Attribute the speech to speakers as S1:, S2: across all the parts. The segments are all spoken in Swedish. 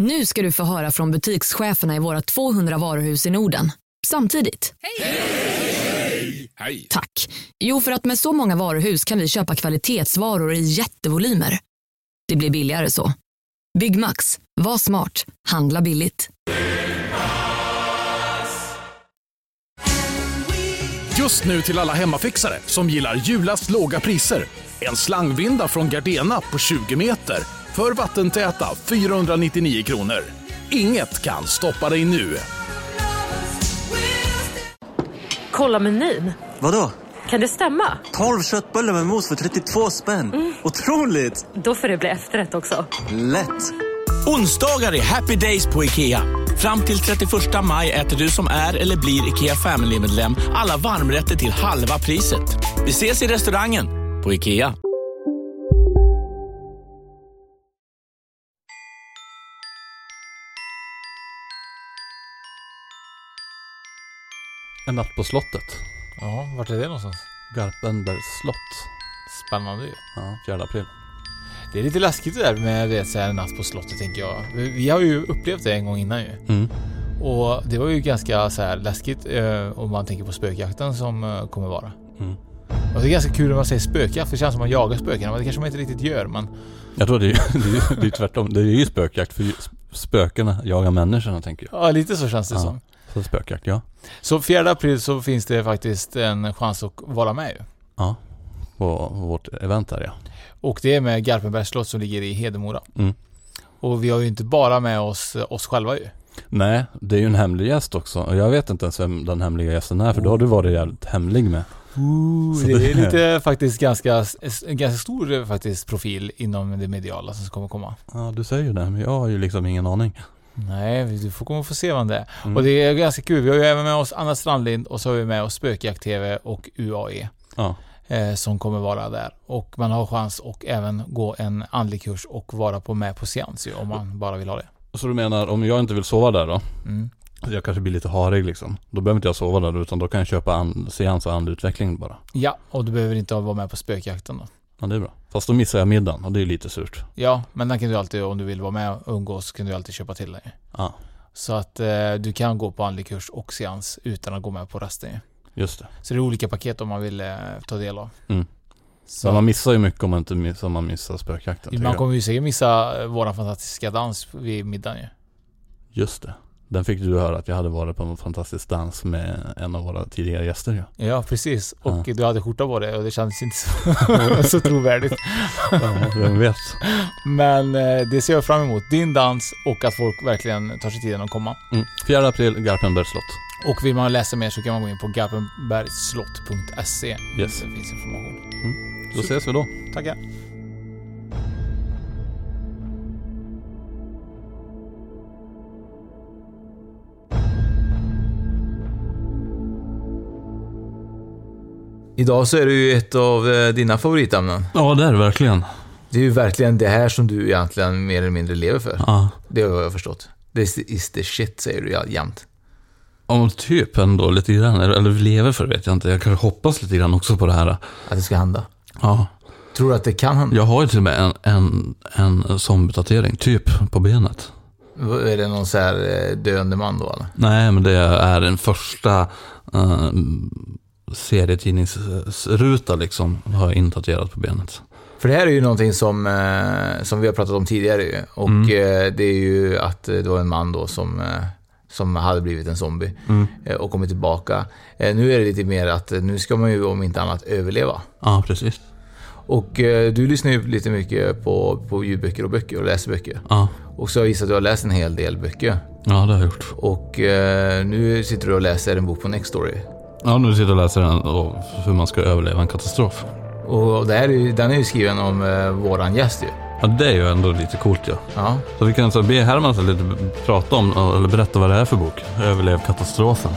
S1: Nu ska du få höra från butikscheferna i våra 200 varuhus i Norden. Samtidigt.
S2: Hej!
S3: Hej!
S1: Tack. Jo, för att med så många varuhus kan vi köpa kvalitetsvaror i jättevolymer. Det blir billigare så. Byggmax. Var smart. Handla billigt.
S3: Just nu till alla hemmafixare som gillar julast låga priser. En slangvinda från Gardena på 20 meter för vattentäta 499 kronor. Inget kan stoppa dig nu.
S4: Kolla menyn.
S5: Vadå?
S4: Kan det stämma?
S5: 12 köttbullar med mos för 32 spänn. Otroligt!
S4: Då får det bli efterrätt också.
S5: Lätt!
S6: Onsdagar är happy days på IKEA. Fram till 31 maj äter du som är eller blir IKEA Family-medlem alla varmrätter till halva priset. Vi ses i restaurangen på IKEA.
S7: En natt på slottet.
S8: Ja, vart är det någonstans?
S7: Garpenbergs slott.
S8: Spännande ju.
S7: Ja, 4 april.
S8: Det är lite läskigt det där med det så här natt på slottet, tänker jag. Vi har ju upplevt det en gång innan ju.
S7: Mm.
S8: Och det var ju ganska så här läskigt om man tänker på spökjakten som kommer vara.
S7: Mm.
S8: Och det är ganska kul när man säger spökjakt, för det känns som att man jagar spöken. Men det kanske man inte riktigt gör, men...
S7: Jag tror det är tvärtom. Det är ju spökjakt, för spökena jagar människorna, tänker jag.
S8: Ja, lite så känns det som.
S7: Så spökjakt, ja.
S8: Så 4 april så finns det faktiskt en chans att vara med ju.
S7: Ja, på vårt event där, ja.
S8: Och det är med Garpenbergs slott som ligger i Hedemora.
S7: Mm.
S8: Och vi har ju inte bara med oss själva ju.
S7: Nej, det är ju en hemlig gäst också. Och jag vet inte ens vem den hemliga gästen är, för då har du varit jävligt hemlig med.
S8: Det är lite faktiskt ganska stor faktiskt profil inom det mediala som kommer komma.
S7: Ja, du säger det, men jag har ju liksom ingen aning.
S8: Nej, du får komma och få se vad det är. Och det är ganska kul. Vi har ju även med oss Anna Strandlind och så har vi med oss Spökjakt TV och UAE.
S7: Ja.
S8: Som kommer vara där. Och man har chans att även gå en andlig kurs och vara med på seans ju, om man bara vill ha det.
S7: Så du menar, om jag inte vill sova där då?
S8: Mm.
S7: Jag kanske blir lite harig liksom. Då behöver inte jag sova där, utan då kan jag köpa seans och andutveckling bara.
S8: Ja, och du behöver inte vara med på spökjakten då.
S7: Ja, det är bra. Fast då missar jag middagen och det är lite surt.
S8: Ja, men den kan du alltid, om du vill vara med och umgås, kan du alltid köpa till dig.
S7: Ja.
S8: Så att du kan gå på andlig kurs och seans utan att gå med på resten.
S7: Just det.
S8: Så det är olika paket om man vill ta del av.
S7: Mm.
S8: Så
S7: men man missar ju mycket om man missar spökjakten.
S8: Man kommer ju säkert missa våran fantastiska dans vid middagen ju.
S7: Just det. Den fick du höra att jag hade varit på en fantastisk dans med en av våra tidigare gäster. Ja,
S8: ja precis. Och du hade skjorta på det och det kändes inte så trovärdigt.
S7: Ja, vem vet.
S8: Men det ser jag fram emot. Din dans och att folk verkligen tar sig tiden att komma.
S7: 4 april, Garpenbergs slott.
S8: Och vill man läsa mer så kan man gå in på garpenbergsslott.se.
S7: Yes.
S8: Det finns information.
S7: Då ses vi då.
S8: Tackar.
S9: Idag så är det ju ett av dina favoritämnen.
S7: Ja, det är det verkligen.
S9: Det är ju verkligen det här som du egentligen mer eller mindre lever för.
S7: Ja.
S9: Det har jag förstått. This is the shit, säger du jämt.
S7: Om typ ändå lite grann. Eller lever för, vet jag inte. Jag kanske hoppas lite grann också på det här.
S9: Att det ska hända.
S7: Ja.
S9: Tror du att det kan hända?
S7: Jag har ju till och med en zombie-tatuering typ på benet.
S9: Är det någon så här döende man då, eller?
S7: Nej, men det är den första serietidningsruta liksom har jag intatuerat på benet.
S9: För det här är ju någonting som vi har pratat om tidigare ju. Och det är ju att det var en man då som hade blivit en zombie och kommit tillbaka. Nu är det lite mer att nu ska man ju om inte annat överleva.
S7: Ja, precis.
S9: Och du lyssnar ju lite mycket på ljudböcker och böcker och läser böcker.
S7: Ja.
S9: Och så har jag gissat att du har läst en hel del böcker.
S7: Ja, det har jag gjort.
S9: Och nu sitter du och läser en bok på Nextory.
S7: Ja, nu sitter jag och läser den och hur man ska överleva en katastrof.
S9: Och den är ju skriven om våran gäst ju.
S7: Ja, det är ju ändå lite coolt, ja.
S9: Ja.
S7: Så vi kan alltså be Herman lite prata om, eller berätta vad det är för bok. Överlev katastrofen.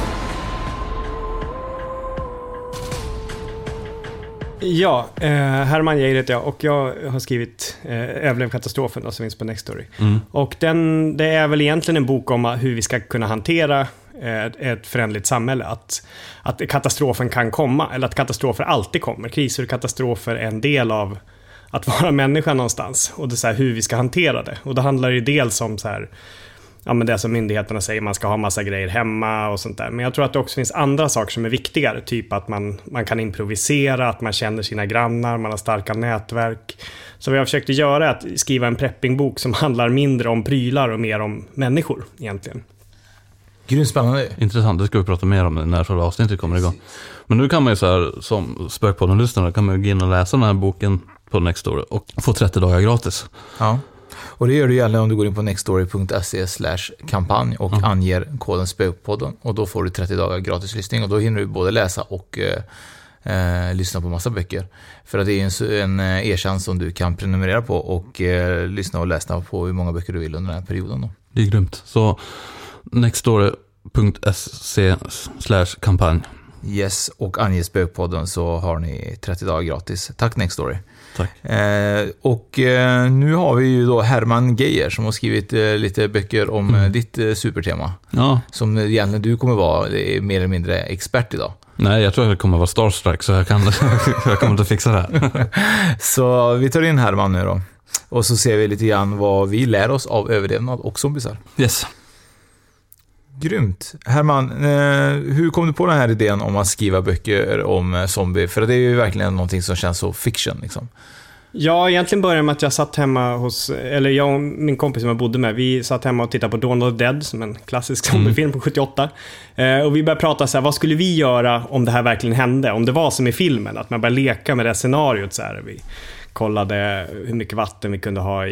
S10: Ja, Herman Geijer heter jag och jag har skrivit Överlev katastrofen då, som finns på Nextory. Och det är väl egentligen en bok om hur vi ska kunna hantera ett förändligt samhälle. Att katastrofen kan komma, eller att katastrofer alltid kommer. Kriser och katastrofer är en del av att vara människa någonstans. Och det är så här, hur vi ska hantera det. Och då handlar det dels om så här, ja, men det som myndigheterna säger, man ska ha massa grejer hemma och sånt där. Men jag tror att det också finns andra saker som är viktigare. Typ att man kan improvisera, att man känner sina grannar, man har starka nätverk. Så vad jag försökte göra är att skriva en preppingbok som handlar mindre om prylar och mer om människor egentligen.
S9: Grymt spännande.
S7: Intressant, det ska vi prata mer om när förra avsnittet kommer igång. Men nu kan man ju så här, som Spökpodden-lyssnare, kan man ju gå in och läsa den här boken på Nextory och få 30 dagar gratis.
S9: Ja, och det gör du gärna om du går in på nextory.se/kampanj och anger koden Spökpodden, och då får du 30 dagar gratis lyssning, och då hinner du både läsa och lyssna på massa böcker. För att det är en e-tjänst som du kan prenumerera på och lyssna och läsa på hur många böcker du vill under den här perioden då.
S7: Det är grymt. Så nextory.se/kampanj.
S9: Yes, och ange Spökpodden så har ni 30 dagar gratis. Tack Nextory.
S7: Tack.
S9: Nu har vi ju då Herman Geijer som har skrivit lite böcker om ditt supertema.
S7: Ja.
S9: Som egentligen du kommer vara mer eller mindre expert idag.
S7: Nej, jag tror att det kommer vara starstruck, så jag kommer inte fixa det här.
S9: Så vi tar in Herman nu då. Och så ser vi lite grann vad vi lär oss av överlevnad och zombisar.
S7: Yes.
S9: Grymt. Herman, hur kom du på den här idén om att skriva böcker om zombie? För det är ju verkligen någonting som känns så fiction liksom.
S10: Ja, egentligen började med att jag satt hemma jag och min kompis som jag bodde med, vi satt hemma och tittade på Dawn of the Dead, som en klassisk zombiefilm på 78. Och vi började prata så här, vad skulle vi göra om det här verkligen hände? Om det var som i filmen, att man började leka med det scenariot så här. Vi kollade hur mycket vatten vi kunde ha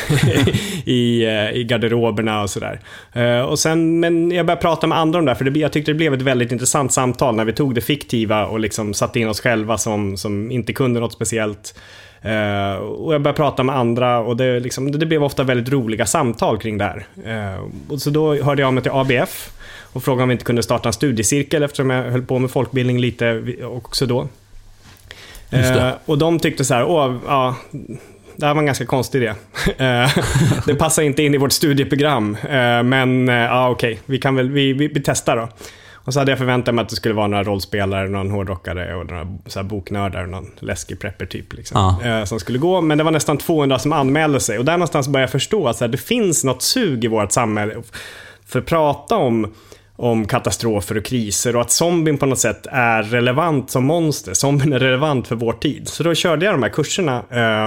S10: i garderoberna och sådär. Men jag började prata med andra om det här, för jag tyckte det blev ett väldigt intressant samtal när vi tog det fiktiva och liksom satte in oss själva som inte kunde något speciellt. Och jag började prata med andra, och det blev ofta väldigt roliga samtal kring det här. Och så då hörde jag mig till ABF och frågade om vi inte kunde starta en studiecirkel, eftersom jag höll på med folkbildning lite också då. Och de tyckte så här, det här var en ganska konstig idé. Det passar inte in i vårt studieprogram, men okej, vi testar då. Och så hade jag förväntat mig att det skulle vara några rollspelare, någon hårdrockare och några så här boknördar och någon läskig prepper typ liksom, som skulle gå. Men det var nästan 200 som anmälde sig, och där någonstans började jag förstå att så här, det finns något sug i vårt samhälle för att prata om katastrofer och kriser, och att zombien på något sätt är relevant som monster. Zombien är relevant för vår tid. Så då körde jag de här kurserna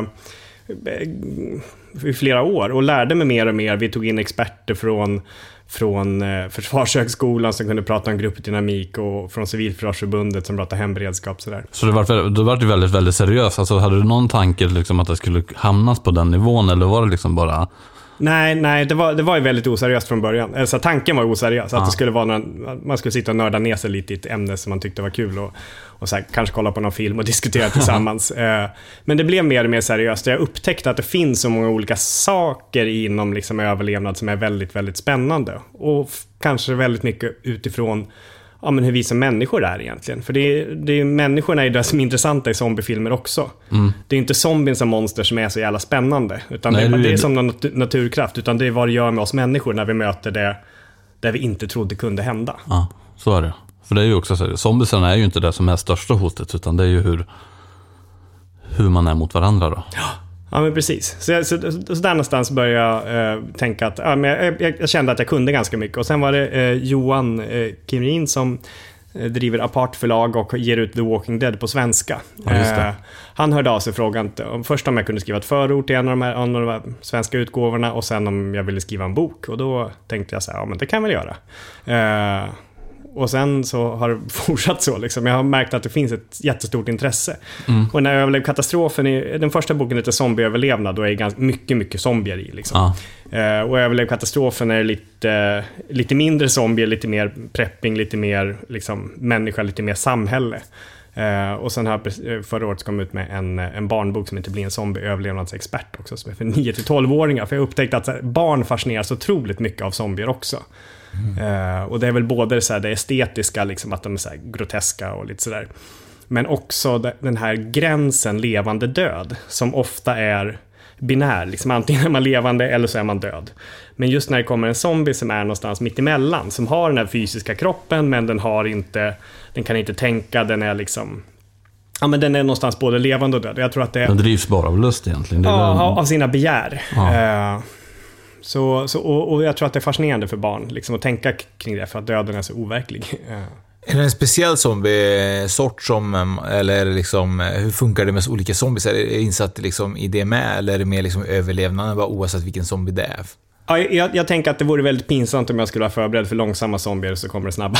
S10: i flera år och lärde mig mer och mer. Vi tog in experter från Försvarshögskolan som kunde prata om gruppdynamik, och från Civilförsvarsförbundet som pratade hemberedskap sådär. Så
S7: det var väldigt, väldigt seriöst. Alltså, hade du någon tanke liksom att det skulle hamnas på den nivån, eller var det liksom bara...
S10: Nej, det var ju väldigt oseriöst från början. Alltså, tanken var oseriös, att det skulle vara man skulle sitta och nörda ner sig lite i ett ämne som man tyckte var kul, och så här, kanske kolla på någon film och diskutera tillsammans. Men det blev mer och mer seriöst. Jag upptäckte att det finns så många olika saker inom liksom överlevnad som är väldigt, väldigt spännande, och kanske väldigt mycket utifrån hur vi som människor är egentligen. För det är människorna är det som är intressanta i zombiefilmer också. Det är inte zombien som monster som är så jävla spännande, utan det är som någon naturkraft, utan det är vad det gör med oss människor när vi möter det där vi inte trodde kunde hända.
S7: Ja, så är det. För det är ju också så, zombiesarna är ju inte det som är största hotet, utan det är ju hur man är mot varandra då.
S10: Ja, men precis. Så där någonstans började jag tänka att jag kände att jag kunde ganska mycket. Och sen var det Johan Kimrin som driver Apart förlag och ger ut The Walking Dead på svenska. Han hörde av sig frågan först om jag kunde skriva ett förord till en av de här svenska utgåvorna, och sen om jag ville skriva en bok. Och då tänkte jag så här, men det kan jag väl göra. Och sen så har det fortsatt så liksom. Jag har märkt att det finns ett jättestort intresse. Och när jag överlevde katastrofen den första boken heter Zombieöverlevnad, då är det ganska mycket zombier i liksom. Och överlevde katastrofen är det lite mindre zombier, lite mer prepping, lite mer liksom människa, lite mer samhälle. Och sen har jag förra året kommit ut med en barnbok som heter Bli en zombieöverlevnadsexpert också, som är för 9-12-åringar, för jag upptäckte att barn fascineras otroligt mycket av zombier också. Och det är väl både så här, det estetiska liksom, att de är så här groteska och lite sådär, men också den här gränsen levande död som ofta är binär, liksom, antingen är man levande eller så är man död. Men just när det kommer en zombie som är någonstans mitt emellan, som har den här fysiska kroppen, men den kan inte tänka, den är liksom, Ja, men den är någonstans både levande och död. Jag tror att det...
S7: Den drivs bara av lust egentligen. Det är
S10: av sina begär. Ja. Och jag tror att det är fascinerande för barn liksom, att tänka kring det, för att döden är så overklig.
S9: Är det en speciell zombie-sort som, eller liksom, hur funkar det med olika zombies? Är det insatt liksom i det med, eller är det mer liksom överlevnaden, bara oavsett vilken zombie det är?
S10: Ja, jag tänker att det vore väldigt pinsamt om jag skulle vara förberedd för långsamma zombier, så kommer det snabba.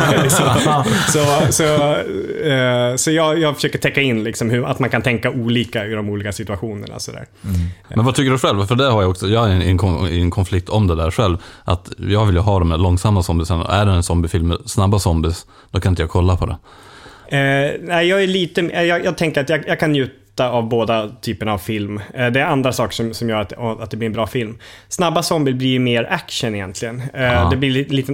S10: Så jag försöker täcka in liksom att man kan tänka olika i de olika situationerna. Sådär.
S7: Men vad tycker du själv? För det har jag är i en konflikt om det där själv. Att jag vill ju ha de här långsamma zombiesen. Är det en zombiefilm med snabba zombies, då kan inte jag kolla på det.
S10: Nej, jag är lite... Jag tänker att jag kan njuta av båda typerna av film. Det är andra saker som gör att det blir en bra film. Snabba zombier blir mer action egentligen. Det blir lite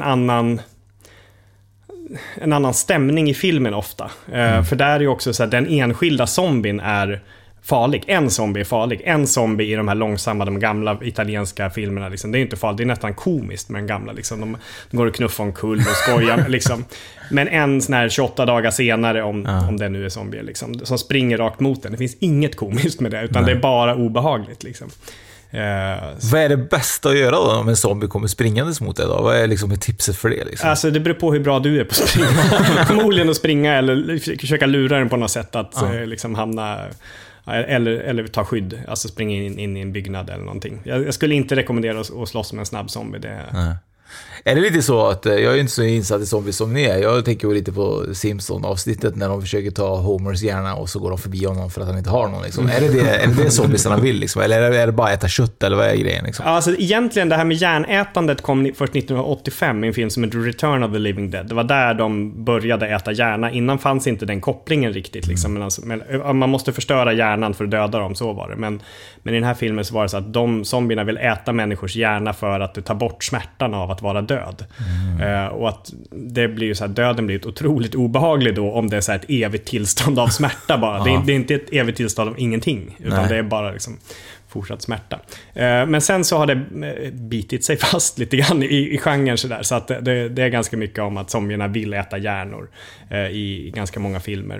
S10: en annan stämning i filmen ofta. För där är ju också så att den enskilda zombien är farlig. En zombie är farlig. En zombie i de här långsamma, de gamla italienska filmerna liksom, det är inte farligt, det är nästan komiskt med den gamla liksom. De går och knuffar omkull och skojar liksom. Men en sån här 28 dagar senare, om det nu är zombie liksom, som springer rakt mot den. Det finns inget komiskt med det, utan det är bara obehagligt liksom.
S9: Vad är det bästa att göra då om en zombie kommer springandes mot dig då? Vad är liksom tipset för det liksom?
S10: Alltså det beror på hur bra du är på att springa. Förmodligen att springa eller försöka lura den på något sätt att liksom hamna... Eller ta skydd, alltså springa in i en byggnad eller någonting. Jag skulle inte rekommendera att slåss med en snabb zombie.
S9: Är det lite så att jag är inte så insatt i zombies som ni är? Jag tänker lite på Simpson-avsnittet när de försöker ta Homers hjärna och så går de förbi honom för att han inte har någon liksom. Är det zombiesarna vill liksom? Eller är det bara äta kött, eller vad är grejen liksom?
S10: Alltså egentligen det här med hjärnätandet kom först 1985 i en film som heter Return of the Living Dead. Det var där de började äta hjärna. Innan fanns inte den kopplingen riktigt liksom. Men man måste förstöra hjärnan för att döda dem, så var det. Men i den här filmen så var det så att de zombierna vill äta människors hjärna för att det tar bort smärtan av att vara död. Och att det blir ju så här, döden blir ett otroligt obehaglig då, om det är så här ett evigt tillstånd av smärta bara. Det är inte ett evigt tillstånd av ingenting, utan det är bara liksom fortsatt smärta. Men sen så har det bitit sig fast lite grann i genren så där, så att det är ganska mycket om att zombierna vill äta hjärnor i ganska många filmer,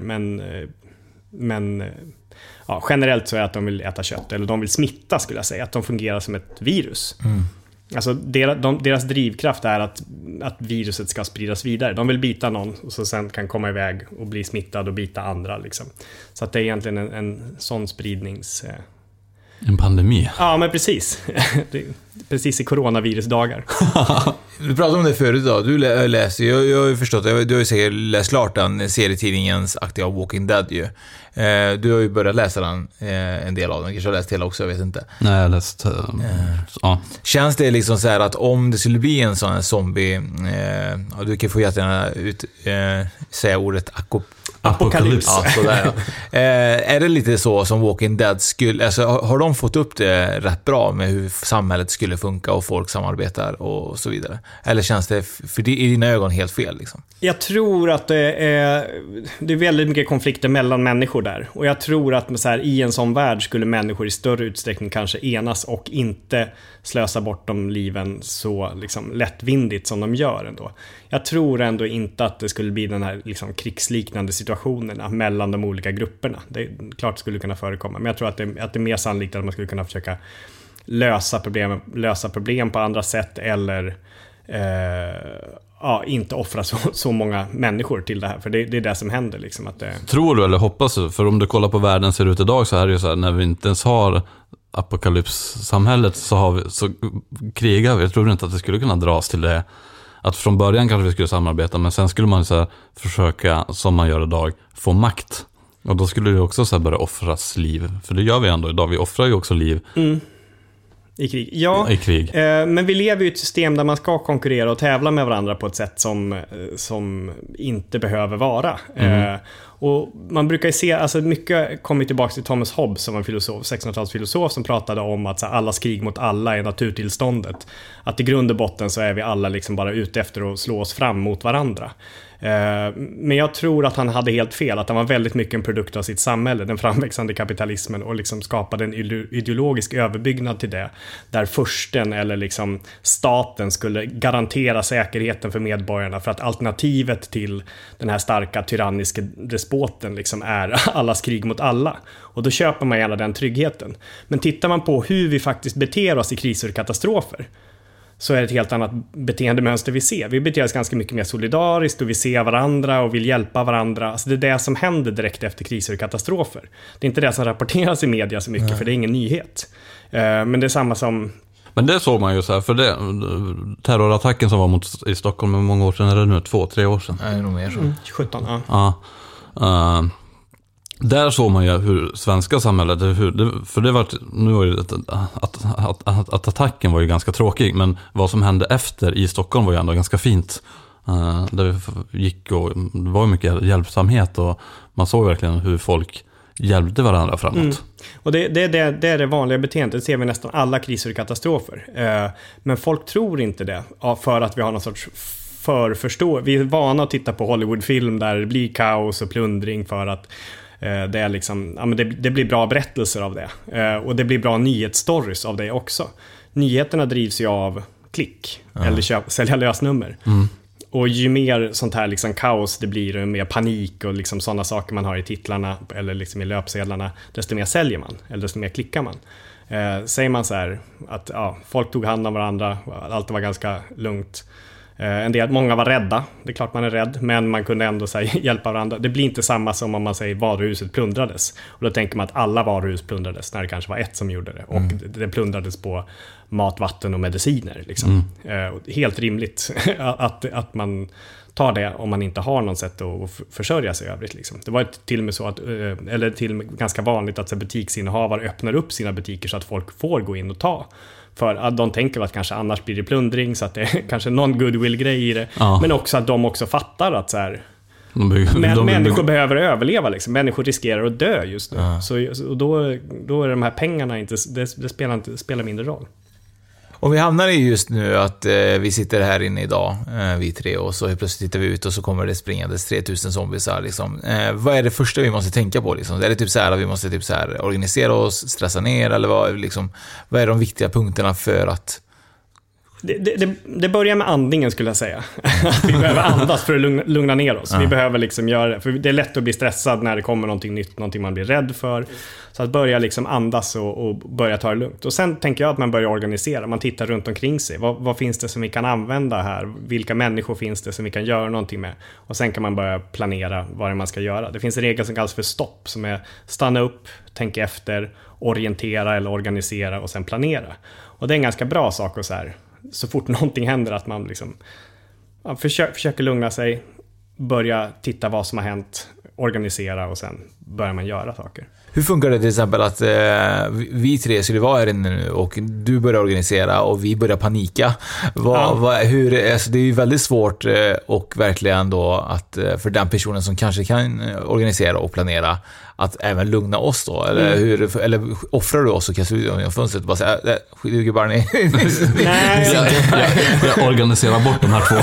S10: men ja, generellt så är det att de vill äta kött, eller de vill smitta, skulle jag säga, att de fungerar som ett virus. Alltså deras drivkraft är att viruset ska spridas vidare. De vill bita någon och så sen kan komma iväg och bli smittad och bita andra liksom. Så att det är egentligen en sån spridnings...
S7: En pandemi.
S10: Ja, men precis. Precis i coronavirusdagar.
S9: Du pratade om det förut då. Du läser, jag har ju förstått, du har ju säkert läst klart den serietidningens aktiva Walking Dead ju. Du har ju börjat läsa den, en del av den. Kanske har läst hela också, jag vet inte.
S7: Nej, jag har läst... ja.
S9: Känns det liksom så här att om det skulle bli en sån här zombie, du kan få jättegärna säga ordet apokalyps. Ja, sådär, ja. Är det lite så som Walking Dead skulle... Alltså, har de fått upp det rätt bra med hur samhället skulle funka och folk samarbetar och så vidare? Eller känns det för i dina ögon helt fel liksom?
S10: Jag tror att det är väldigt mycket konflikter mellan människor där. Och jag tror att så här, i en sån värld skulle människor i större utsträckning kanske enas och inte slösa bort de liven så liksom lättvindigt som de gör ändå. Jag tror ändå inte att det skulle bli den här liksom krigsliknande situationerna mellan de olika grupperna. Det är klart skulle kunna förekomma, men jag tror att det är mer sannolikt att man skulle kunna försöka lösa problem på andra sätt, eller inte offra så många människor till det här, för det är det som händer liksom, att det... Tror
S7: du eller hoppas du? För om du kollar på världen ser ut idag, så är det ju så här, när vi inte ens har apokalypssamhället så krigar vi. Jag tror inte att det skulle kunna dras till det, att från början kanske vi skulle samarbeta, men sen skulle man så här försöka, som man gör idag, få makt. Och då skulle det också så här börja offras liv, för det gör vi ändå idag, vi offrar ju också liv.
S10: I krig. Ja,
S7: i krig.
S10: Men vi lever i ett system där man ska konkurrera och tävla med varandra på ett sätt som inte behöver vara. Och man brukar ju se, alltså mycket kommer tillbaka till Thomas Hobbes som var en filosof, 1600-talsfilosof, som pratade om att så allas krig mot alla är naturtillståndet. Att i grund och botten så är vi alla liksom bara ute efter att slå oss fram mot varandra. Men jag tror att han hade helt fel, att han var väldigt mycket en produkt av sitt samhälle, den framväxande kapitalismen, och liksom skapade en ideologisk överbyggnad till det, där försten eller liksom staten skulle garantera säkerheten för medborgarna, för att alternativet till den här starka tyranniska despoten liksom är allas krig mot alla. Och då köper man gärna den tryggheten. Men tittar man på hur vi faktiskt beter oss i kriser och katastrofer, så är det ett helt annat beteendemönster vi ser. Vi beter oss ganska mycket mer solidariskt och vi ser varandra och vill hjälpa varandra. Alltså det är det som händer direkt efter kriser och katastrofer. Det är inte det som rapporteras i media så mycket, för det är ingen nyhet. Men det är samma som...
S7: Men det såg man ju så här, för det terrorattacken som var i Stockholm med många år sedan, är det nu 2-3 år sedan?
S9: Nej, nog mer så.
S10: 17, ja.
S7: Där såg man ju hur svenska samhället, för det var nu var ju att attacken var ju ganska tråkig, men vad som hände efter i Stockholm var ju ändå ganska fint. Det gick och det var mycket hjälpsamhet och man såg verkligen hur folk hjälpte varandra framåt.
S10: Och det är det vanliga beteendet. Det ser vi i nästan alla kriser och katastrofer. Men folk tror inte det, för att vi har någon sorts förförstå. Vi är vana att titta på Hollywoodfilm där det blir kaos och plundring för att det är liksom, ja, men det blir bra berättelser av det. Och det blir bra nyhetsstories av det också. Nyheterna drivs ju av klick eller sälja lösnummer. Och ju mer sånt här liksom kaos det blir, och mer panik och liksom sådana saker man har i titlarna eller liksom i löpsedlarna, desto mer säljer man, eller desto mer klickar man. Säger man så här att folk tog hand om varandra, allt var ganska lugnt. Många var rädda, det är klart man är rädd, men man kunde ändå hjälpa varandra. Det blir inte samma som om man säger varuhuset plundrades. Och då tänker man att alla varuhus plundrades, när det kanske var ett som gjorde det. Och det plundrades på mat, vatten och mediciner. Liksom. Helt rimligt att man tar det om man inte har något sätt att försörja sig i övrigt. Liksom. Det var till och med så att, eller till och med ganska vanligt att butiksinnehavare öppnar upp sina butiker så att folk får gå in och ta. För att de tänker att kanske annars blir det plundring, så att det är kanske någon goodwill-grej i det. Ja. Men också att de också fattar att så här, människor behöver överleva. Liksom. Människor riskerar att dö just nu. Ja. Så då är de här pengarna inte, det spelar mindre roll.
S9: Och vi hamnar i just nu att vi sitter här inne idag, vi tre, och så plötsligt tittar vi ut och så kommer det springandes 3000 zombiesar. Liksom. Vad är det första vi måste tänka på? Liksom? Är det typ så här att vi måste typ så här organisera oss, stressa ner, eller vad är de viktiga punkterna för att...
S10: Det börjar med andningen, skulle jag säga. Vi behöver andas för att lugna ner oss. Vi behöver liksom göra det. För det är lätt att bli stressad när det kommer någonting nytt, någonting man blir rädd för. Så att börja liksom andas och börja ta det lugnt. Och sen tänker jag att man börjar organisera. Man tittar runt omkring sig. Vad finns det som vi kan använda här? Vilka människor finns det som vi kan göra någonting med? Och sen kan man börja planera vad det man ska göra. Det finns en regel som kallas för stopp, som är stanna upp, tänka efter, orientera eller organisera och sen planera. Och det är en ganska bra sak att så fort någonting händer att man liksom försöker lugna sig, börja titta vad som har hänt, organisera och sen börjar man göra saker.
S9: Hur funkar det till exempel att vi tre skulle vara här inne nu och du börjar organisera och vi börjar panika? Alltså det är ju väldigt svårt och verkligen då att för den personen som kanske kan organisera och planera att även lugna oss då, eller offrar du oss och kastar ut i fönstret och bara säga skjuter bara ner.
S7: Jag organiserar bort de här två.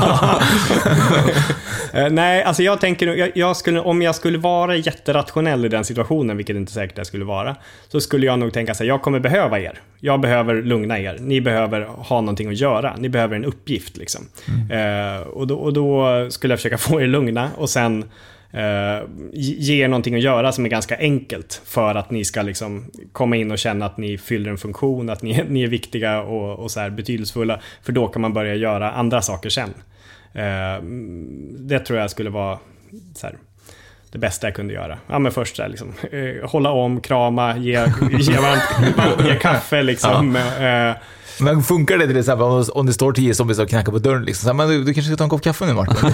S10: Nej, alltså jag tänker om jag skulle vara jätterationell i den situationen, vilket inte säkert jag skulle vara, så skulle jag nog tänka så här: jag kommer behöva er. Jag behöver lugna er. Ni behöver ha någonting att göra. Ni behöver en uppgift liksom. Och då skulle jag försöka få er lugna och sen ge er någonting att göra som är ganska enkelt för att ni ska liksom komma in och känna att ni fyller en funktion, att ni är viktiga och så här betydelsefulla, för då kan man börja göra andra saker sen. Det tror jag skulle vara så här, det bästa jag kunde göra. Ja, men först där, liksom, hålla om, krama, ge kaffe liksom.
S9: Men funkar det till exempel om det står 10 zombies och knackar på dörren liksom, så här, men du kanske ska ta en kopp kaffe nu, Martin?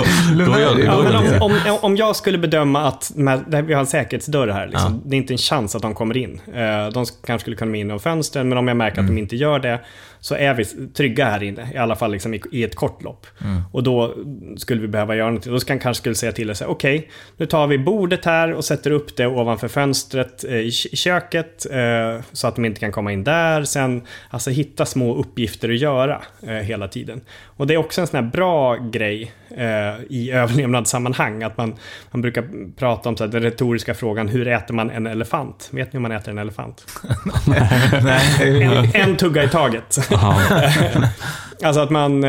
S10: Om jag skulle bedöma att vi har en säkerhetsdörr här liksom, det är inte en chans att de kommer in. De kanske skulle komma in av fönstren, men om jag märker att de inte gör det, så är vi trygga här inne, i alla fall liksom i ett kort lopp. Och då skulle vi behöva göra något. Då kanske skulle säga till och säga: okej, nu tar vi bordet här och sätter upp det ovanför fönstret i köket, så att de inte kan komma in där. Sen alltså hitta små uppgifter att göra hela tiden. Och det är också en sån här bra grej i överlevnadssammanhang, att man brukar prata om så här, den retoriska frågan: hur äter man en elefant? Vet ni hur man äter en elefant? En tugga i taget. Alltså att man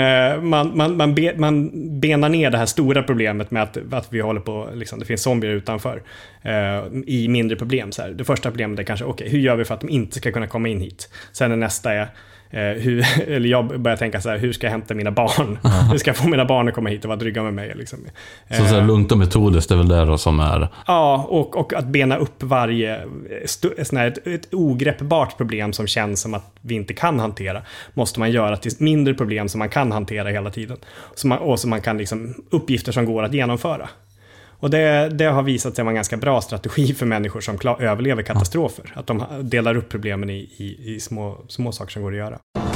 S10: benar ner det här stora problemet med att vi håller på, liksom, det finns zombier utanför i mindre problem. Så här. Det första problemet är kanske, hur gör vi för att de inte ska kunna komma in hit? Sen nästa är, eller jag börjar tänka så här, hur ska jag hämta mina barn? Hur ska jag få mina barn att komma hit och vara trygga med mig? Liksom.
S7: Så här lugnt och metodiskt, det är väl det då som är...
S10: Ja, och att bena upp varje ett ogreppbart problem som känns som att vi inte kan hantera, måste man göra till mindre problem som man kan hantera hela tiden. Och som man kan liksom, uppgifter som går att genomföra. Och det har visat sig vara en ganska bra strategi för människor som överlever katastrofer. Att de delar upp problemen i små saker som går att göra.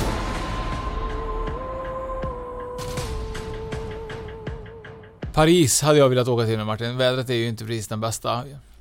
S8: Paris hade jag velat åka till nu, Martin. Vädret är ju inte precis den bästa.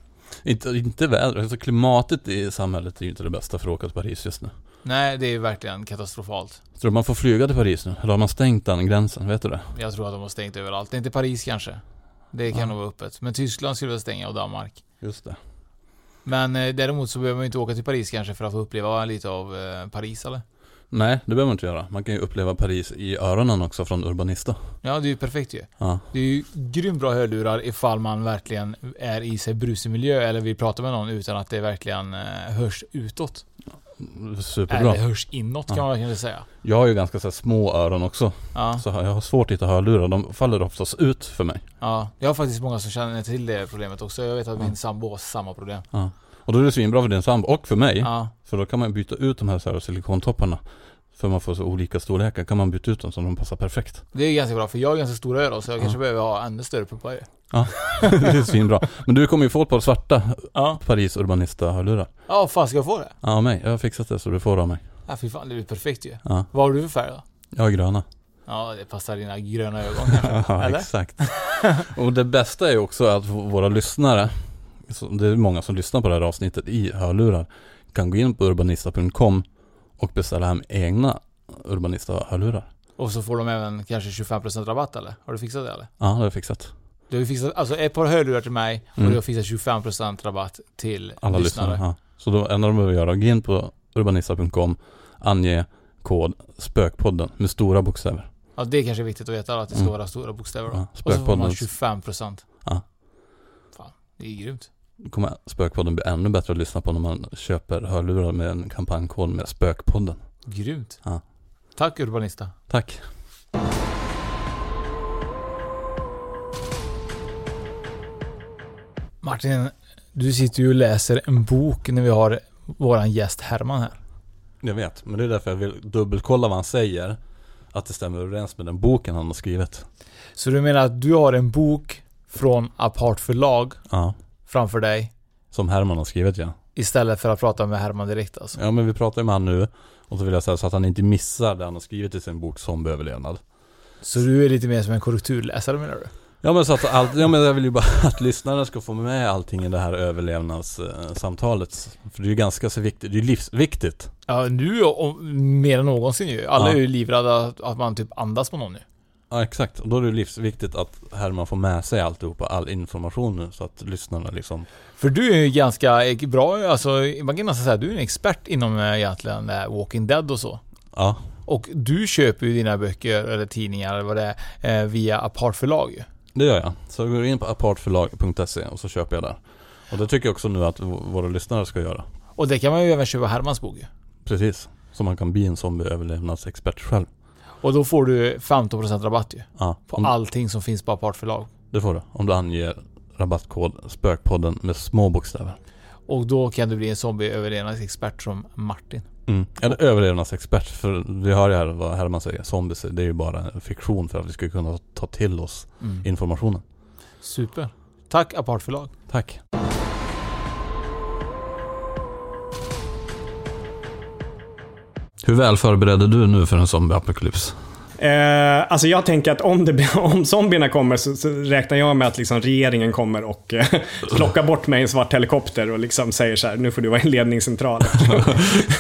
S7: Inte vädret. Alltså klimatet i samhället är ju inte det bästa för att åka till Paris just nu.
S8: Nej, det är ju verkligen katastrofalt.
S7: Tror du man får flyga till Paris nu? Eller har man stängt den gränsen? Vet du det?
S8: Jag tror att de har stängt överallt. Det är inte Paris kanske. Det kan nog vara öppet. Men Tyskland skulle väl stänga och Danmark.
S7: Just det.
S8: Men däremot så behöver man inte åka till Paris kanske för att få uppleva lite av Paris, eller?
S7: Nej, det behöver man inte göra. Man kan ju uppleva Paris i öronen också från Urbanista.
S8: Ja, det är ju perfekt ju.
S7: Ja.
S8: Det är ju grymt bra hörlurar ifall man verkligen är i sig brusig miljö eller vill prata med någon utan att det verkligen hörs utåt.
S7: Superbra.
S8: Eller hörs inåt kan man verkligen säga.
S7: Jag har ju ganska så här små öron också.
S8: Ja. Så
S7: jag har svårt att hitta hörlurar. De faller oftast ut för mig.
S8: Ja, jag har faktiskt många som känner till det problemet också. Jag vet att min sambo har samma problem.
S7: Ja. Och då är det svinbra för din sambo och för mig. Ja. För då kan man byta ut de här silikontopparna. För man får så olika storlekar. Kan man byta ut dem så de passar perfekt.
S8: Det är ganska bra för jag har ganska stora öron så jag kanske behöver ha ännu större puppar ju.
S7: Ja, det är svinbra. Men du kommer ju få ett par svarta Paris Urbanista hörlurar.
S8: Ja, fan ska jag få det?
S7: Ja, mig. Jag har fixat det så du får av mig.
S8: Ja, fy fan, det är perfekt ju.
S7: Ja.
S8: Vad har du för färg då?
S7: Jag är gröna.
S8: Ja, det passar dina gröna ögon kanske.
S7: Ja,
S8: eller?
S7: Exakt. Och det bästa är ju också att våra lyssnare, det är många som lyssnar på det här avsnittet i hörlurar, kan gå in på urbanista.com och beställa hem egna Urbanista-hörlurar.
S8: Och så får de även kanske 25% rabatt eller? Har du fixat det eller?
S7: Ja, det har jag fixat.
S8: Du har fixat alltså ett par hörlurar till mig och du har fixat 25% rabatt till
S7: alla lyssnare. Ja. Så då enda de behöver göra, gå in på urbanista.com, ange kod spökpodden med stora bokstäver.
S8: Ja, det är kanske viktigt att veta att det ska vara stora bokstäver då.
S7: Ja,
S8: och så får man 25%.
S7: Ja.
S8: Fan, det är grymt.
S7: Då kommer Spökpodden bli ännu bättre att lyssna på när man köper hörlurar med en kampanjkod med Spökpodden.
S8: Grymt.
S7: Ja.
S8: Tack Urbanista.
S7: Tack.
S8: Martin, du sitter ju och läser en bok när vi har våran gäst Herman här.
S7: Jag vet, men det är därför jag vill dubbelkolla vad han säger. Att det stämmer överens med den boken han har skrivit.
S8: Så du menar att du har en bok från Apart förlag framför dig?
S7: Som Herman har skrivit, ja.
S8: Istället för att prata med Herman direkt alltså?
S7: Ja, men vi pratar med han nu. Och så vill jag säga så att han inte missar det han har skrivit i sin bok Zombieöverlevnad. Så
S8: du är lite mer som en korrekturläsare menar du?
S7: Ja, men så att men jag vill ju bara att lyssnarna ska få med allting i det här överlevnadssamtalet. För det är ju ganska så viktigt, det är ju livsviktigt.
S8: Ja, nu och mer än någonsin ju. Alla är ju livrädda att man typ andas på någon nu.
S7: Ja, exakt. Och då är det livsviktigt att Herman får med sig alltihopa, all information nu, så att lyssnarna liksom...
S8: För du är ju ganska bra, alltså man kan nästan säga att du är en expert inom egentligen Walking Dead och så.
S7: Ja.
S8: Och du köper ju dina böcker eller tidningar eller vad det är via Apart förlag ju.
S7: Det gör jag. Så jag går in på apartförlag.se och så köper jag där. Och det tycker jag också nu att våra lyssnare ska göra.
S8: Och det kan man ju även köpa Hermans bok ju.
S7: Precis. Så man kan bli en zombieöverlevnadsexpert själv.
S8: Och då får du 15% rabatt ju.
S7: Ja.
S8: På allting som finns på Apart förlag.
S7: Det får du. Om du anger rabattkod Spökpodden med små bokstäver.
S8: Och då kan du bli en zombieöverlevnadsexpert som Martin.
S7: Eller överlevnadsexpert. För vi hör ju här vad Herman säger. Zombies, det är ju bara en fiktion för att vi ska kunna ta till oss informationen.
S8: Super. Tack Apart förlag.
S7: Tack. Hur väl förbereder du nu för en zombieapokalyps?
S10: Alltså jag tänker att om zombierna kommer så räknar jag med att liksom regeringen kommer och plockar bort mig i en svart helikopter och liksom säger så här: nu får du vara en ledningscentral.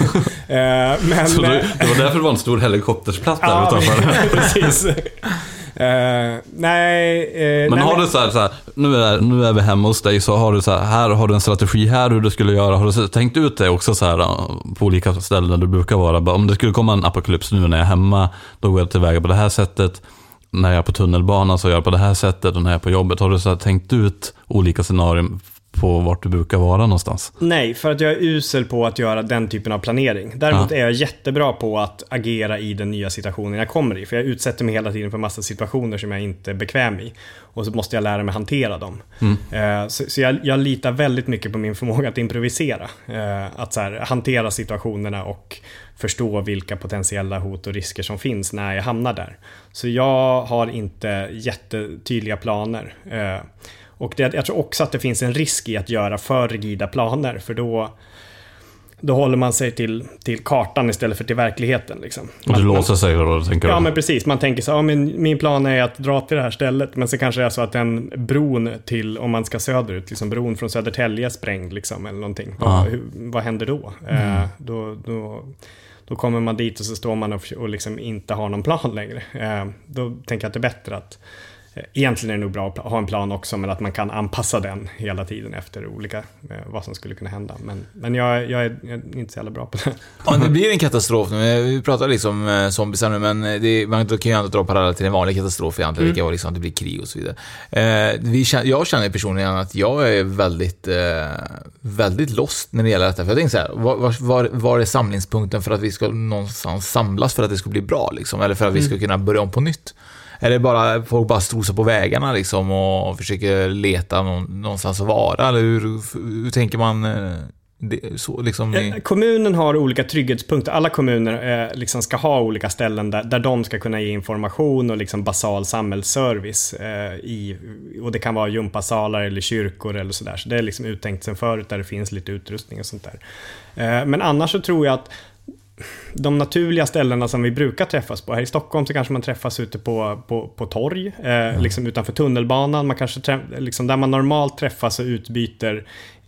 S7: Men, så det var därför det var en stor helikoptersplatta utanför.
S10: Precis.
S7: Men har du så här, nu är vi hemma hos dig, så har du så här har du en strategi här hur du skulle göra. Har du tänkt ut det också så här på olika ställen där du brukar vara? Om det skulle komma en apokalyps nu när jag är hemma, då går jag tillväga på det här sättet. När jag är på tunnelbanan så gör jag på det här sättet, och när jag är på jobbet, har du så här tänkt ut olika scenarier på vart du brukar vara någonstans?
S10: Nej, för att jag är usel på att göra den typen av planering. Däremot är jag jättebra på att agera i den nya situationen jag kommer i. För jag utsätter mig hela tiden för massa situationer som jag inte är bekväm i. Och så måste jag lära mig hantera dem. Så jag litar väldigt mycket på min förmåga att improvisera. Att så här, hantera situationerna och förstå vilka potentiella hot och risker som finns när jag hamnar där. Så jag har inte jättetydliga planer. Och jag tror också att det finns en risk i att göra för rigida planer, för då håller man sig till kartan istället för till verkligheten liksom.
S7: Och det låser sig då, tänker du?
S10: Ja, men precis. Man tänker så, min plan är att dra till det här stället, men så kanske det är så att den bron till, om man ska söderut, liksom bron från Södertälje är sprängd liksom, eller någonting. Vad händer då? Då kommer man dit och så står man och liksom inte har någon plan längre. Då tänker jag att det är bättre att egentligen är det nog bra att ha en plan också, men att man kan anpassa den hela tiden efter olika vad som skulle kunna hända. Men jag är inte så jävla bra på det.
S9: Om det blir en katastrof nu, vi pratar liksom zombiesar nu, men man kan ju ändå dra paralleller till en vanlig katastrof egentligen, det kan vara liksom att det blir krig och så vidare. Jag känner personligen att jag är väldigt lost när det gäller detta. För jag tänker så här, var är samlingspunkten för att vi ska någonstans samlas för att det ska bli bra liksom, eller för att vi ska kunna börja om på nytt? Eller bara folk bara strosar på vägarna liksom och försöker leta någonstans att vara? Eller hur tänker man så liksom
S10: Kommunen har olika trygghetspunkter. Alla kommuner liksom ska ha olika ställen där de ska kunna ge information och liksom basal samhällsservice och det kan vara gympasalar eller kyrkor eller sådär. Så det är liksom uttänkt sen förut, där det finns lite utrustning och sånt där. Men annars så tror jag att de naturliga ställena som vi brukar träffas på, här i Stockholm så kanske man träffas ute på torg, liksom utanför tunnelbanan, man kanske liksom där man normalt träffas och utbyter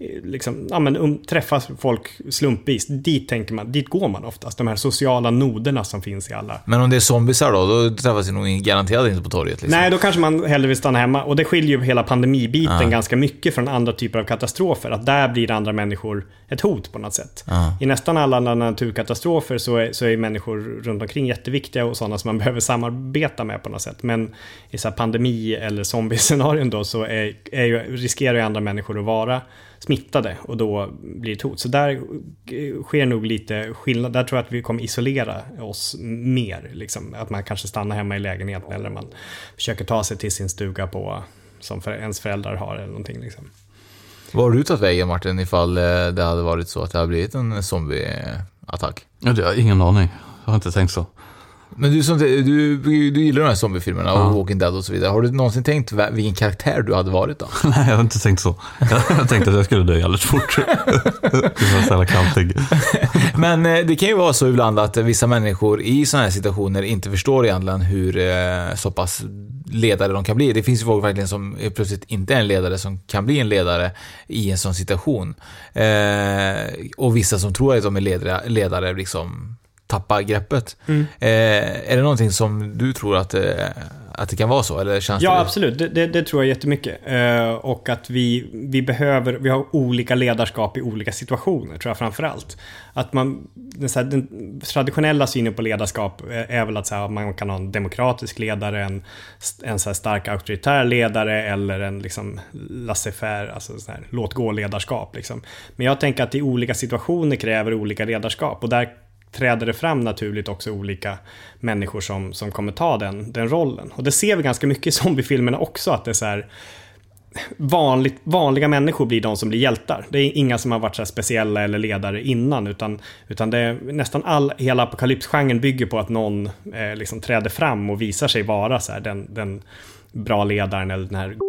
S10: liksom, träffas folk slumpvis, dit går man oftast, de här sociala noderna som finns i alla.
S9: Men om det är zombiesar då träffas det nog garanterat inte på torget liksom.
S10: Nej, då kanske man hellre vill stanna hemma, och det skiljer ju hela pandemibiten ganska mycket från andra typer av katastrofer, att där blir andra människor ett hot på något sätt. I nästan alla andra naturkatastrofer så är människor runt omkring jätteviktiga och sådana som man behöver samarbeta med på något sätt, men i så här pandemi eller zombiescenarion då så riskerar ju andra människor att vara smittade och då blir det ett hot. Så där sker nog lite skillnad. Där tror jag att vi kommer isolera oss mer. Liksom. Att man kanske stannar hemma i lägenheten eller man försöker ta sig till sin stuga som ens föräldrar har eller någonting. Liksom.
S9: Vad har du tagit vägen, Martin, ifall det hade varit så att det hade blivit en zombieattack?
S7: Ja, jag har ingen aning. Jag har inte tänkt så.
S9: Men du gillar de här zombiefilmerna och Walking Dead och så vidare. Har du någonsin tänkt vilken karaktär du hade varit då?
S7: Nej, jag har inte tänkt så. Jag tänkte att jag skulle dö alldeles fort. Det var så jävla kantig.
S9: Men det kan ju vara så ibland att vissa människor i sådana här situationer inte förstår egentligen hur så pass ledare de kan bli. Det finns ju folk verkligen som plötsligt inte är en ledare som kan bli en ledare i en sån situation. Och vissa som tror att de är ledare liksom tappa greppet. Är det någonting som du tror att det kan vara så? Eller känns det?
S10: Absolut. Det tror jag jättemycket. Och att vi har olika ledarskap i olika situationer, tror jag framförallt. Att den traditionella synen på ledarskap är väl att så här, man kan ha en demokratisk ledare, en så här stark auktoritär ledare eller en liksom laissez-faire, alltså så här låt-gå-ledarskap. Liksom. Men jag tänker att i olika situationer kräver olika ledarskap, och där träder det fram naturligt också olika människor som kommer ta den rollen. Och det ser vi ganska mycket i zombiefilmerna också, att det är så här vanliga människor blir de som blir hjältar. Det är inga som har varit så här speciella eller ledare innan, utan det är nästan hela apokalypsgenren bygger på att någon liksom träder fram och visar sig vara så här den bra ledaren eller den här.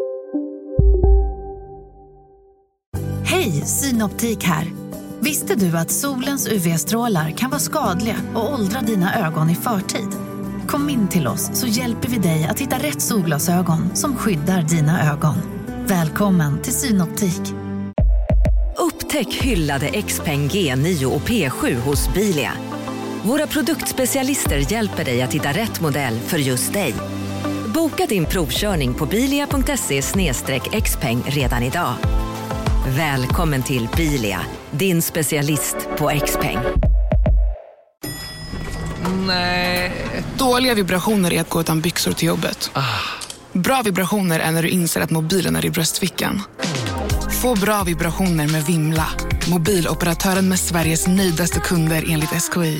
S11: Hej, Synoptik här. Visste du att solens UV-strålar kan vara skadliga och åldra dina ögon i förtid? Kom in till oss så hjälper vi dig att hitta rätt solglasögon som skyddar dina ögon. Välkommen till Synoptik.
S12: Upptäck hyllade XPeng G9 och P7 hos Bilia. Våra produktspecialister hjälper dig att hitta rätt modell för just dig. Boka din provkörning på bilia.se/xpeng redan idag. Välkommen till Bilia, din specialist på Xpeng.
S13: Nej. Dåliga vibrationer är att gå utan byxor till jobbet. Bra vibrationer är när du inser att mobilen är i bröstfickan. Få bra vibrationer med Vimla. Mobiloperatören med Sveriges nöjdaste kunder enligt SKI.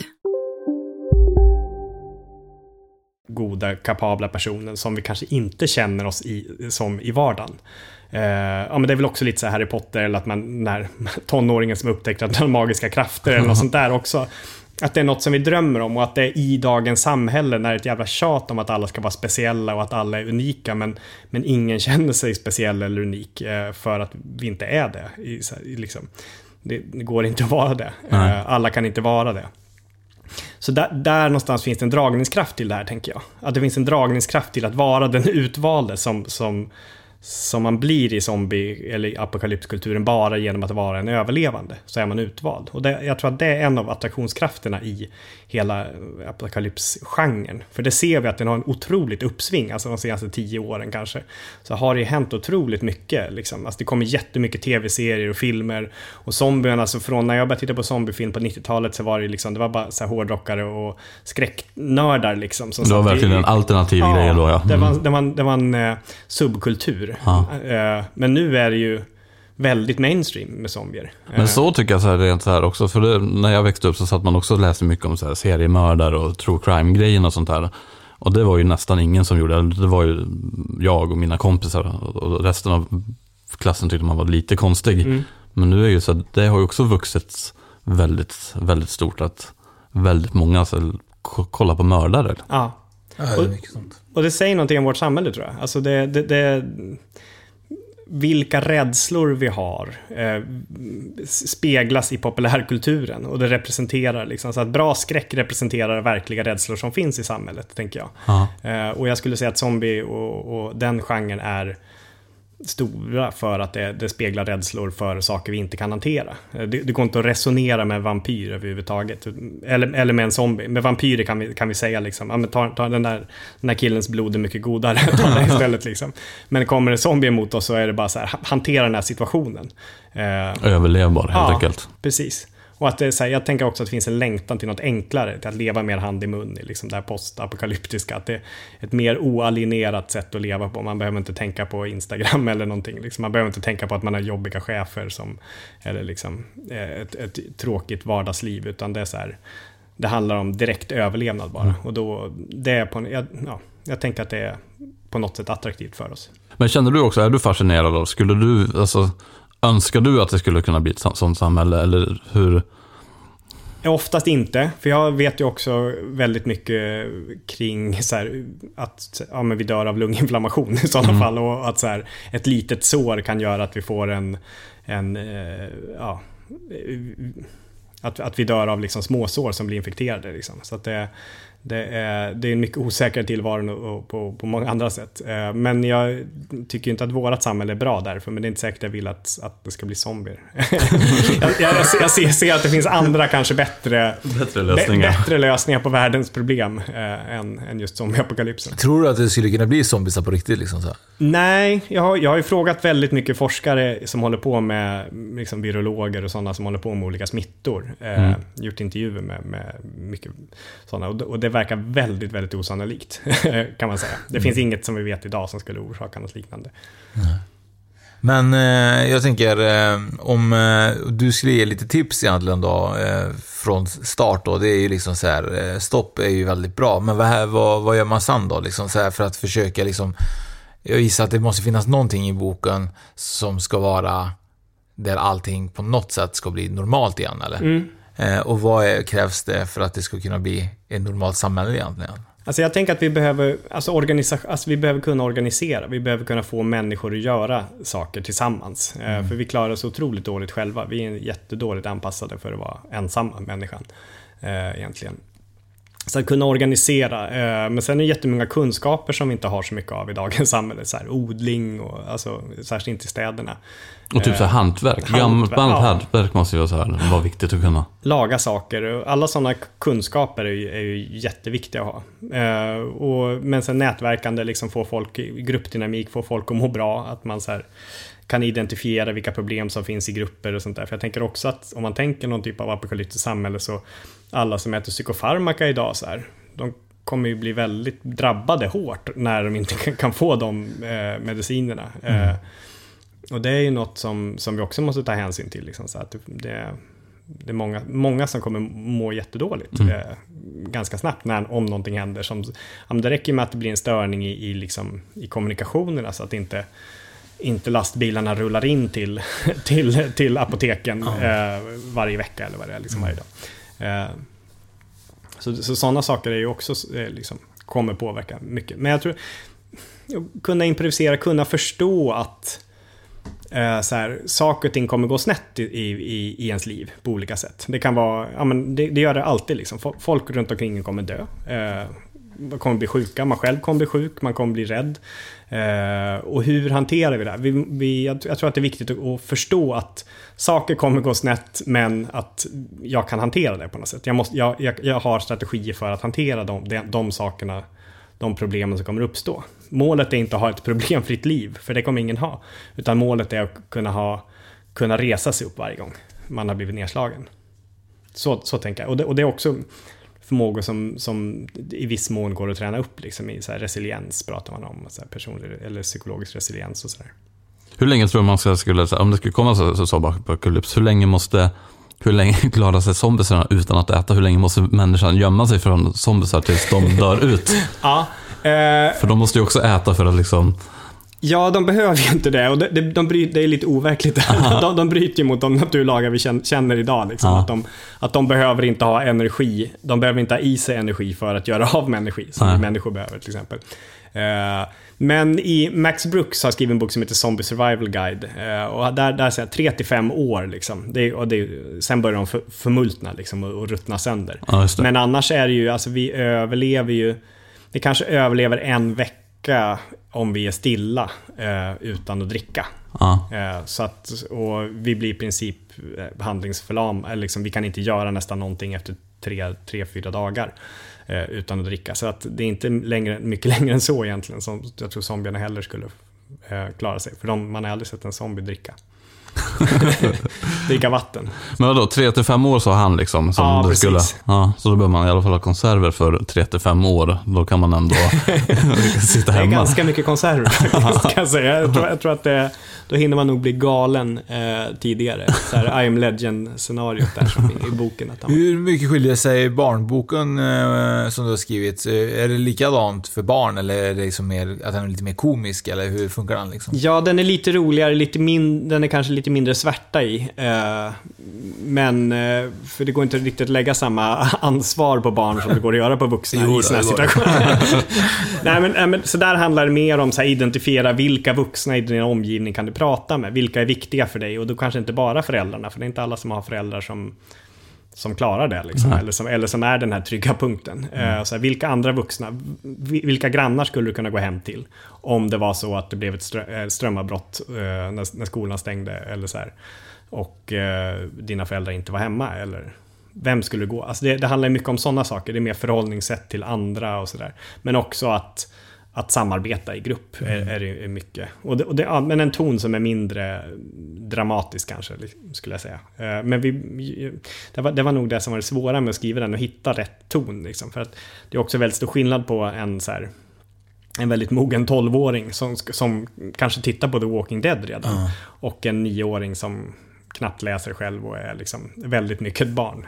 S10: Goda, kapabla personer som vi kanske inte känner oss som i vardagen. Men det är väl också lite så här Harry Potter, eller att man, när tonåringen som upptäcker att den har magiska krafter eller något sånt där också. Att det är något som vi drömmer om, och att det är i dagens samhälle när det är ett jävla tjat om att alla ska vara speciella och att alla är unika, men ingen känner sig speciell eller unik för att vi inte är det. Liksom. Det går inte att vara det. Alla kan inte vara det. Så där någonstans finns det en dragningskraft till det här, tänker jag. Att det finns en dragningskraft till att vara den utvalde som man blir i zombie- eller apokalypskulturen bara genom att vara en överlevande. Så är man utvald. Och jag tror att det är en av attraktionskrafterna i hela apokalypsgenren. För det ser vi att den har en otroligt uppsving, alltså de senaste 10 åren kanske. Så har det hänt otroligt mycket. Liksom. Alltså det kommer jättemycket tv-serier och filmer. Och zombien, alltså från när jag började titta på zombiefilm på 90-talet så var det liksom, det var bara så här hårdrockare och skräcknördar liksom. Som
S7: det var verkligen en alternativ grej då, ja.
S10: Det var en subkultur. Men nu är det ju väldigt mainstream med zombier.
S7: Men så tycker jag så här, rent så här också, för när jag växte upp så satt man också och läste mycket om så här seriemördare och true crime-grejen och sånt där. Och det var ju nästan ingen som gjorde det. Det var ju jag och mina kompisar, och resten av klassen tyckte man var lite konstig. Men nu är ju så att det har ju också vuxit väldigt, väldigt stort, att väldigt många så kollar på mördare.
S10: Ja,
S9: det är mycket sånt.
S10: Och det säger någonting om vårt samhälle, tror jag. Alltså vilka rädslor vi har speglas i populärkulturen, och det representerar liksom, så att bra skräck representerar verkliga rädslor som finns i samhället, tänker jag. Och jag skulle säga att zombie och den genren är stora för att det speglar rädslor för saker vi inte kan hantera. Det går inte att resonera med en vampyr överhuvudtaget, eller med en zombie. Med vampyrer kan vi säga liksom, ja, men ta den där killens blod är mycket godare, ta det istället liksom. Men kommer en zombie emot oss så är det bara så här, hantera den här situationen.
S7: Överlevbar helt enkelt.
S10: Precis. Och att det är så här, jag tänker också att det finns en längtan till något enklare, till att leva mer hand i mun i liksom det här postapokalyptiska, att det är ett mer oalienerat sätt att leva på. Man behöver inte tänka på Instagram eller någonting liksom. Man behöver inte tänka på att man har jobbiga chefer eller liksom ett tråkigt vardagsliv, utan det är så här, det handlar om direkt överlevnad bara. Och då det är jag tänker att det är på något sätt attraktivt för oss.
S7: Men känner du också, är du fascinerad av, skulle du, alltså, önskar du att det skulle kunna bli ett sånt samhälle, eller hur?
S10: Oftast inte, för jag vet ju också väldigt mycket kring så här, att men vi dör av lunginflammation i sådana fall, och att så här, ett litet sår kan göra att vi får att vi dör av liksom småsår som blir infekterade liksom. Så att det är en mycket osäker tillvaro på många andra sätt. Men jag tycker inte att vårat samhälle är bra därför, men det är inte säkert att jag vill att det ska bli zombier. jag ser att det finns andra kanske bättre lösningar på världens problem än just zombieapokalypsen.
S9: Tror du att det skulle kunna bli zombies på riktigt liksom så?
S10: Nej, jag har ju frågat väldigt mycket forskare som håller på med liksom virologer och sådana som håller på med olika smittor. Gjort intervjuer med mycket sådana, och det verkar väldigt, väldigt osannolikt kan man säga. Det finns inget som vi vet idag som skulle orsaka något liknande.
S9: Men jag tänker, om du skulle ge lite tips egentligen då, från start då, det är ju liksom så här, stopp är ju väldigt bra, men vad gör man sen då liksom så här, för att försöka liksom, jag gissar att det måste finnas någonting i boken som ska vara där allting på något sätt ska bli normalt igen, eller? Och vad krävs det för att det ska kunna bli ett normalt samhälle egentligen?
S10: Alltså jag tänker att vi behöver vi behöver kunna organisera. Vi behöver kunna få människor att göra saker tillsammans. För vi klarar oss otroligt dåligt själva. Vi är jättedåligt anpassade för att vara ensamma människan egentligen. Så att kunna organisera. Men sen är det jättemånga kunskaper som vi inte har så mycket av i dagens samhälle. Så här, odling och alltså, särskilt inte i städerna.
S7: Och typ så här hantverk. Gammalt hantverk måste ju vara viktigt att kunna.
S10: Laga saker. Alla sådana kunskaper är ju jätteviktiga att ha. Men sen nätverkande, liksom få folk, gruppdynamik, få folk att må bra. Att man så här kan identifiera vilka problem som finns i grupper och sånt där. För jag tänker också att om man tänker någon typ av apokalyptiskt samhälle, så alla som äter psykofarmaka idag så här, de kommer ju bli väldigt drabbade hårt när de inte kan få de medicinerna. Och det är ju något som vi också måste ta hänsyn till. Liksom, så att det är många som kommer må jättedåligt ganska snabbt om någonting händer. Det räcker med att det blir en störning i kommunikationerna, så att inte lastbilarna rullar in till apoteken varje vecka eller vad det är liksom varje dag. Så sådana saker är ju också kommer påverka mycket. Men jag tror kunna improvisera, kunna förstå att saker och ting kommer gå snett i ens liv på olika sätt. Det kan vara, det gör det alltid liksom. Folk runt omkring kommer dö. Man kommer bli sjuka, man själv kommer bli sjuk, man kommer bli rädd. Och hur hanterar vi det? Jag tror att det är viktigt att förstå att saker kommer gå snett, men att jag kan hantera det på något sätt. Jag har strategier för att hantera de sakerna, de problemen som kommer uppstå. Målet är inte att ha ett problemfritt liv, för det kommer ingen ha. Utan målet är att kunna resa sig upp varje gång man har blivit nedslagen. Så tänker jag. Och det är också förmågor som i viss mån går att träna upp liksom, i så här resiliens pratar man om, så här personlig eller psykologisk resiliens och sådär.
S7: Hur länge tror man om det skulle komma så apokalyps, hur länge klarar sig zombisarna utan att äta? Hur länge måste människan gömma sig från zombisar tills de dör ut? För de måste ju också äta för att liksom...
S10: Ja, de behöver ju inte det. Och det är lite overkligt. De bryter ju mot de naturlagar vi känner idag. Liksom. Att de behöver inte ha energi. De behöver inte ha i sig energi för att göra av med energi. Som människor behöver till exempel. Men Max Brooks har skrivit en bok som heter Zombie Survival Guide. Och där säger 3-5 år. Liksom. Sen börjar de förmultna liksom, och ruttna sönder. Men annars är det ju, alltså vi överlever ju... Vi kanske överlever en vecka om vi är stilla utan att dricka. Så att, och vi blir i princip handlingsförlam. Liksom, vi kan inte göra nästan någonting efter 3-4 dagar utan att dricka. Så att det är inte mycket längre än så egentligen som jag tror zombierna heller skulle klara sig. För man har aldrig sett en zombie dricka. Dricka vatten.
S7: Men vadå, 3-5 år så har han liksom som det skulle. Ja, så då behöver man i alla fall ha konserver för 3-5 år. Då kan man ändå sitta hemma.
S10: Det är ganska mycket konserver faktiskt, kan jag säga. Jag tror att då hinner man nog bli galen tidigare. Så här I Am Legend-scenariot där som i boken.
S9: Hur mycket skiljer sig barnboken som du har skrivit? Är det likadant för barn, eller är det liksom mer, att den är lite mer komisk, eller hur funkar den liksom?
S10: Ja, den är lite roligare, den är kanske lite mindre svärta i. Men för det går inte riktigt att lägga samma ansvar på barn som det går att göra på vuxna i såna här situationer. Nej, men så där handlar det mer om att identifiera vilka vuxna i din omgivning kan du prata med, vilka är viktiga för dig, och då kanske inte bara föräldrarna, för det är inte alla som har föräldrar som klarar det liksom, eller som är den här trygga punkten. Så här, vilka andra vuxna, vilka grannar skulle du kunna gå hem till om det var så att det blev ett strömavbrott när skolan stängde eller så här, och dina föräldrar inte var hemma, eller vem skulle gå? Alltså det handlar mycket om sådana saker. Det är mer förhållningssätt till andra och sådär, men också att samarbeta i grupp är mycket. Men en ton som är mindre dramatisk kanske, skulle jag säga. Men det var nog det som var det svåra med att skriva den, och hitta rätt ton. Liksom. För att det är också väldigt stor skillnad på en väldigt mogen 12-åring som kanske tittar på The Walking Dead redan. Och en 9-åring som knappt läser själv och är liksom väldigt mycket ett barn.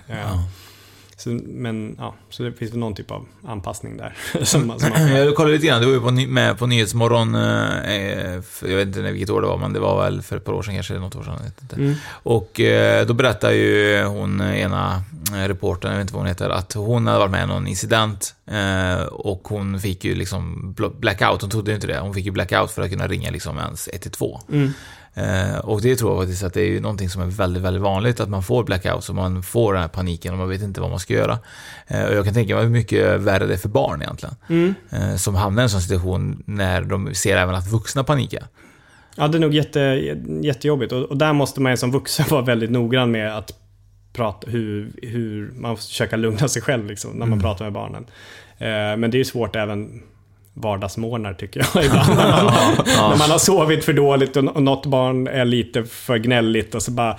S10: Så det finns väl någon typ av anpassning där.
S9: Jag kollade lite grann, du var ju med på Nyhetsmorgon, jag vet inte vilket år det var, men det var väl för ett par år sedan, kanske något år sedan, jag vet inte. Och då berättade ju hon, ena reportern, jag vet inte vad hon heter, att hon hade varit med i någon incident och hon fick ju liksom blackout. Hon trodde inte det, hon fick ju blackout för att kunna ringa liksom ens 112. Och det tror jag faktiskt att det är ju någonting som är väldigt, väldigt vanligt, att man får blackouts och man får den här paniken och man vet inte vad man ska göra. Och jag kan tänka mig hur mycket värre det är för barn egentligen. Som hamnar i en sån situation när de ser även att vuxna panikar.
S10: Ja, det är nog jättejobbigt. Och där måste man som vuxen vara väldigt noggrann med att prata hur man försöker lugna sig själv liksom, när man pratar med barnen. Men det är ju svårt även vardagsmorgnar tycker jag ibland. När man har sovit för dåligt och något barn är lite för gnälligt och så bara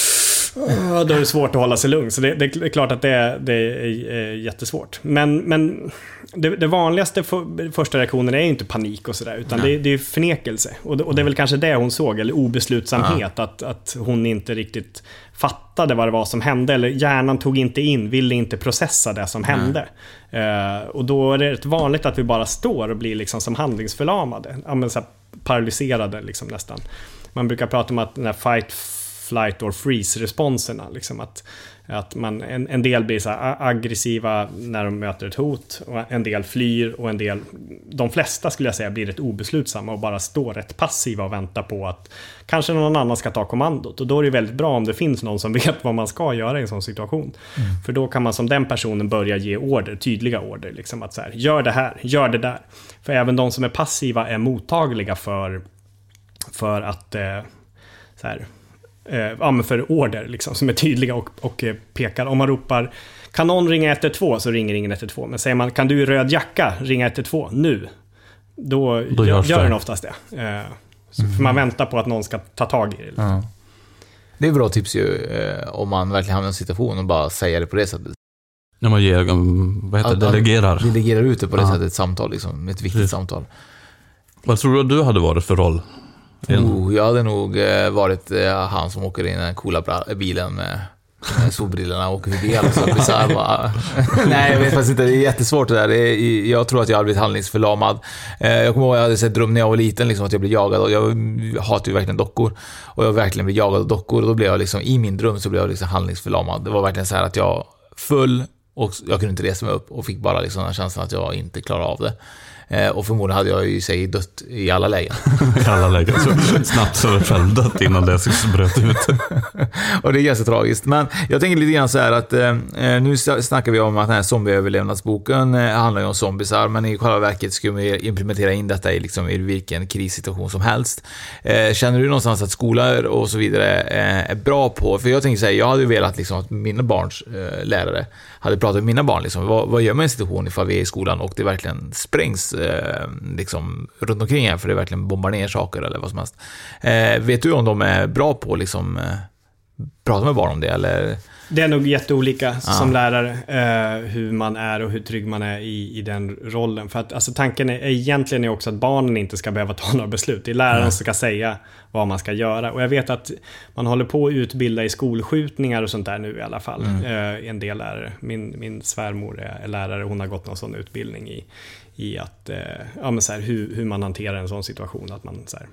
S10: då är det svårt att hålla sig lugn. Så det är klart att det är jättesvårt. Men det vanligaste första reaktionen är ju inte panik och sådär, utan det är förnekelse. Och det är väl kanske det hon såg, eller obeslutsamhet, att hon inte riktigt fattade vad det var som hände, eller hjärnan tog inte in, ville inte processa det som hände. Och då är det rätt vanligt att vi bara står och blir liksom som handlingsförlamade, så här paralyserade liksom nästan. Man brukar prata om att den här fight, flight or freeze-responserna, liksom att man, en del blir så här aggressiva när de möter ett hot, och en del flyr, och de flesta skulle jag säga blir rätt obeslutsamma och bara står rätt passiva och väntar på att kanske någon annan ska ta kommandot. Och då är det väldigt bra om det finns någon som vet vad man ska göra i en sån situation. För då kan man som den personen börja ge tydliga order, liksom att så här, gör det här, gör det där. För även de som är passiva är mottagliga för att så här, för order liksom, som är tydliga och pekar. Om man ropar kan någon ringa 112, så ringer ingen 112. Men säger man kan du i röd jacka ringa 112 nu, då gör den oftast det. För man väntar på att någon ska ta tag i det liksom.
S9: Det är bra tips ju, om man verkligen hamnar i en situation och bara säger det på det sättet.
S7: När man ger,
S9: delegerar ut det på det sättet, ett samtal liksom, ett viktigt samtal.
S7: Vad tror du hade varit för roll?
S9: Jag hade nog varit han som åker in i den coola bilen med solbrillorna och åker bil. Så nej, jag vet faktiskt inte, det är jättesvårt det där. Jag tror att jag hade blivit handlingsförlamad. Jag kommer ihåg att jag hade sett dröm när jag var liten, liksom, att jag blev jagad, och jag hatar ju verkligen dockor, och jag verkligen blev jagad av dockor, och då blev jag liksom, i min dröm så blev jag liksom handlingsförlamad. Det var verkligen så här att jag full och jag kunde inte resa mig upp och fick bara liksom den känslan att jag inte klarade av det. Och förmodligen hade jag ju sig dött i alla lägen.
S7: Så snabbt så var själv dött innan det bröt ut.
S9: Och det är ganska tragiskt. Men jag tänker lite grann så här att nu snackar vi om att den här zombieöverlevnadsboken handlar ju om zombiesar, men i själva verket skulle vi implementera in detta i, liksom, i vilken krissituation som helst. Känner du någonstans att skolor och så vidare är bra på? För jag tänker så här, jag hade ju velat liksom, att mina barns lärare hade pratat med mina barn liksom, vad gör man i en situation ifall vi är i skolan och det verkligen sprängs liksom, runt omkring här, för det verkligen bombar ner saker eller vad som helst. Vet du om de är bra på liksom, prata med barn om det, eller?
S10: Det är nog jätteolika som lärare, hur man är och hur trygg man är i den rollen. För att alltså, tanken är egentligen också att barnen inte ska behöva ta några beslut. Det är läraren som ska säga vad man ska göra. Och jag vet att man håller på att utbilda i skolskjutningar och sånt där nu i alla fall. En del lärare. Min svärmor är lärare, hon har gått någon sån utbildning i att men så här, hur man hanterar en sån situation. Att man så här,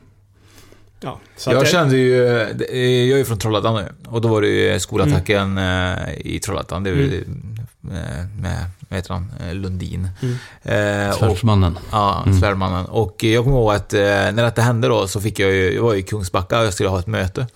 S10: så
S9: jag kände ju, jag är från Trollhättan nu, och då var det ju skolattacken i Trollhättan, det är med vad heter han? Lundin.
S7: Svärdsmannen.
S9: Svärdsmannen. Och jag kommer ihåg att när detta hände då, så fick jag var i Kungsbacka och jag skulle ha ett möte.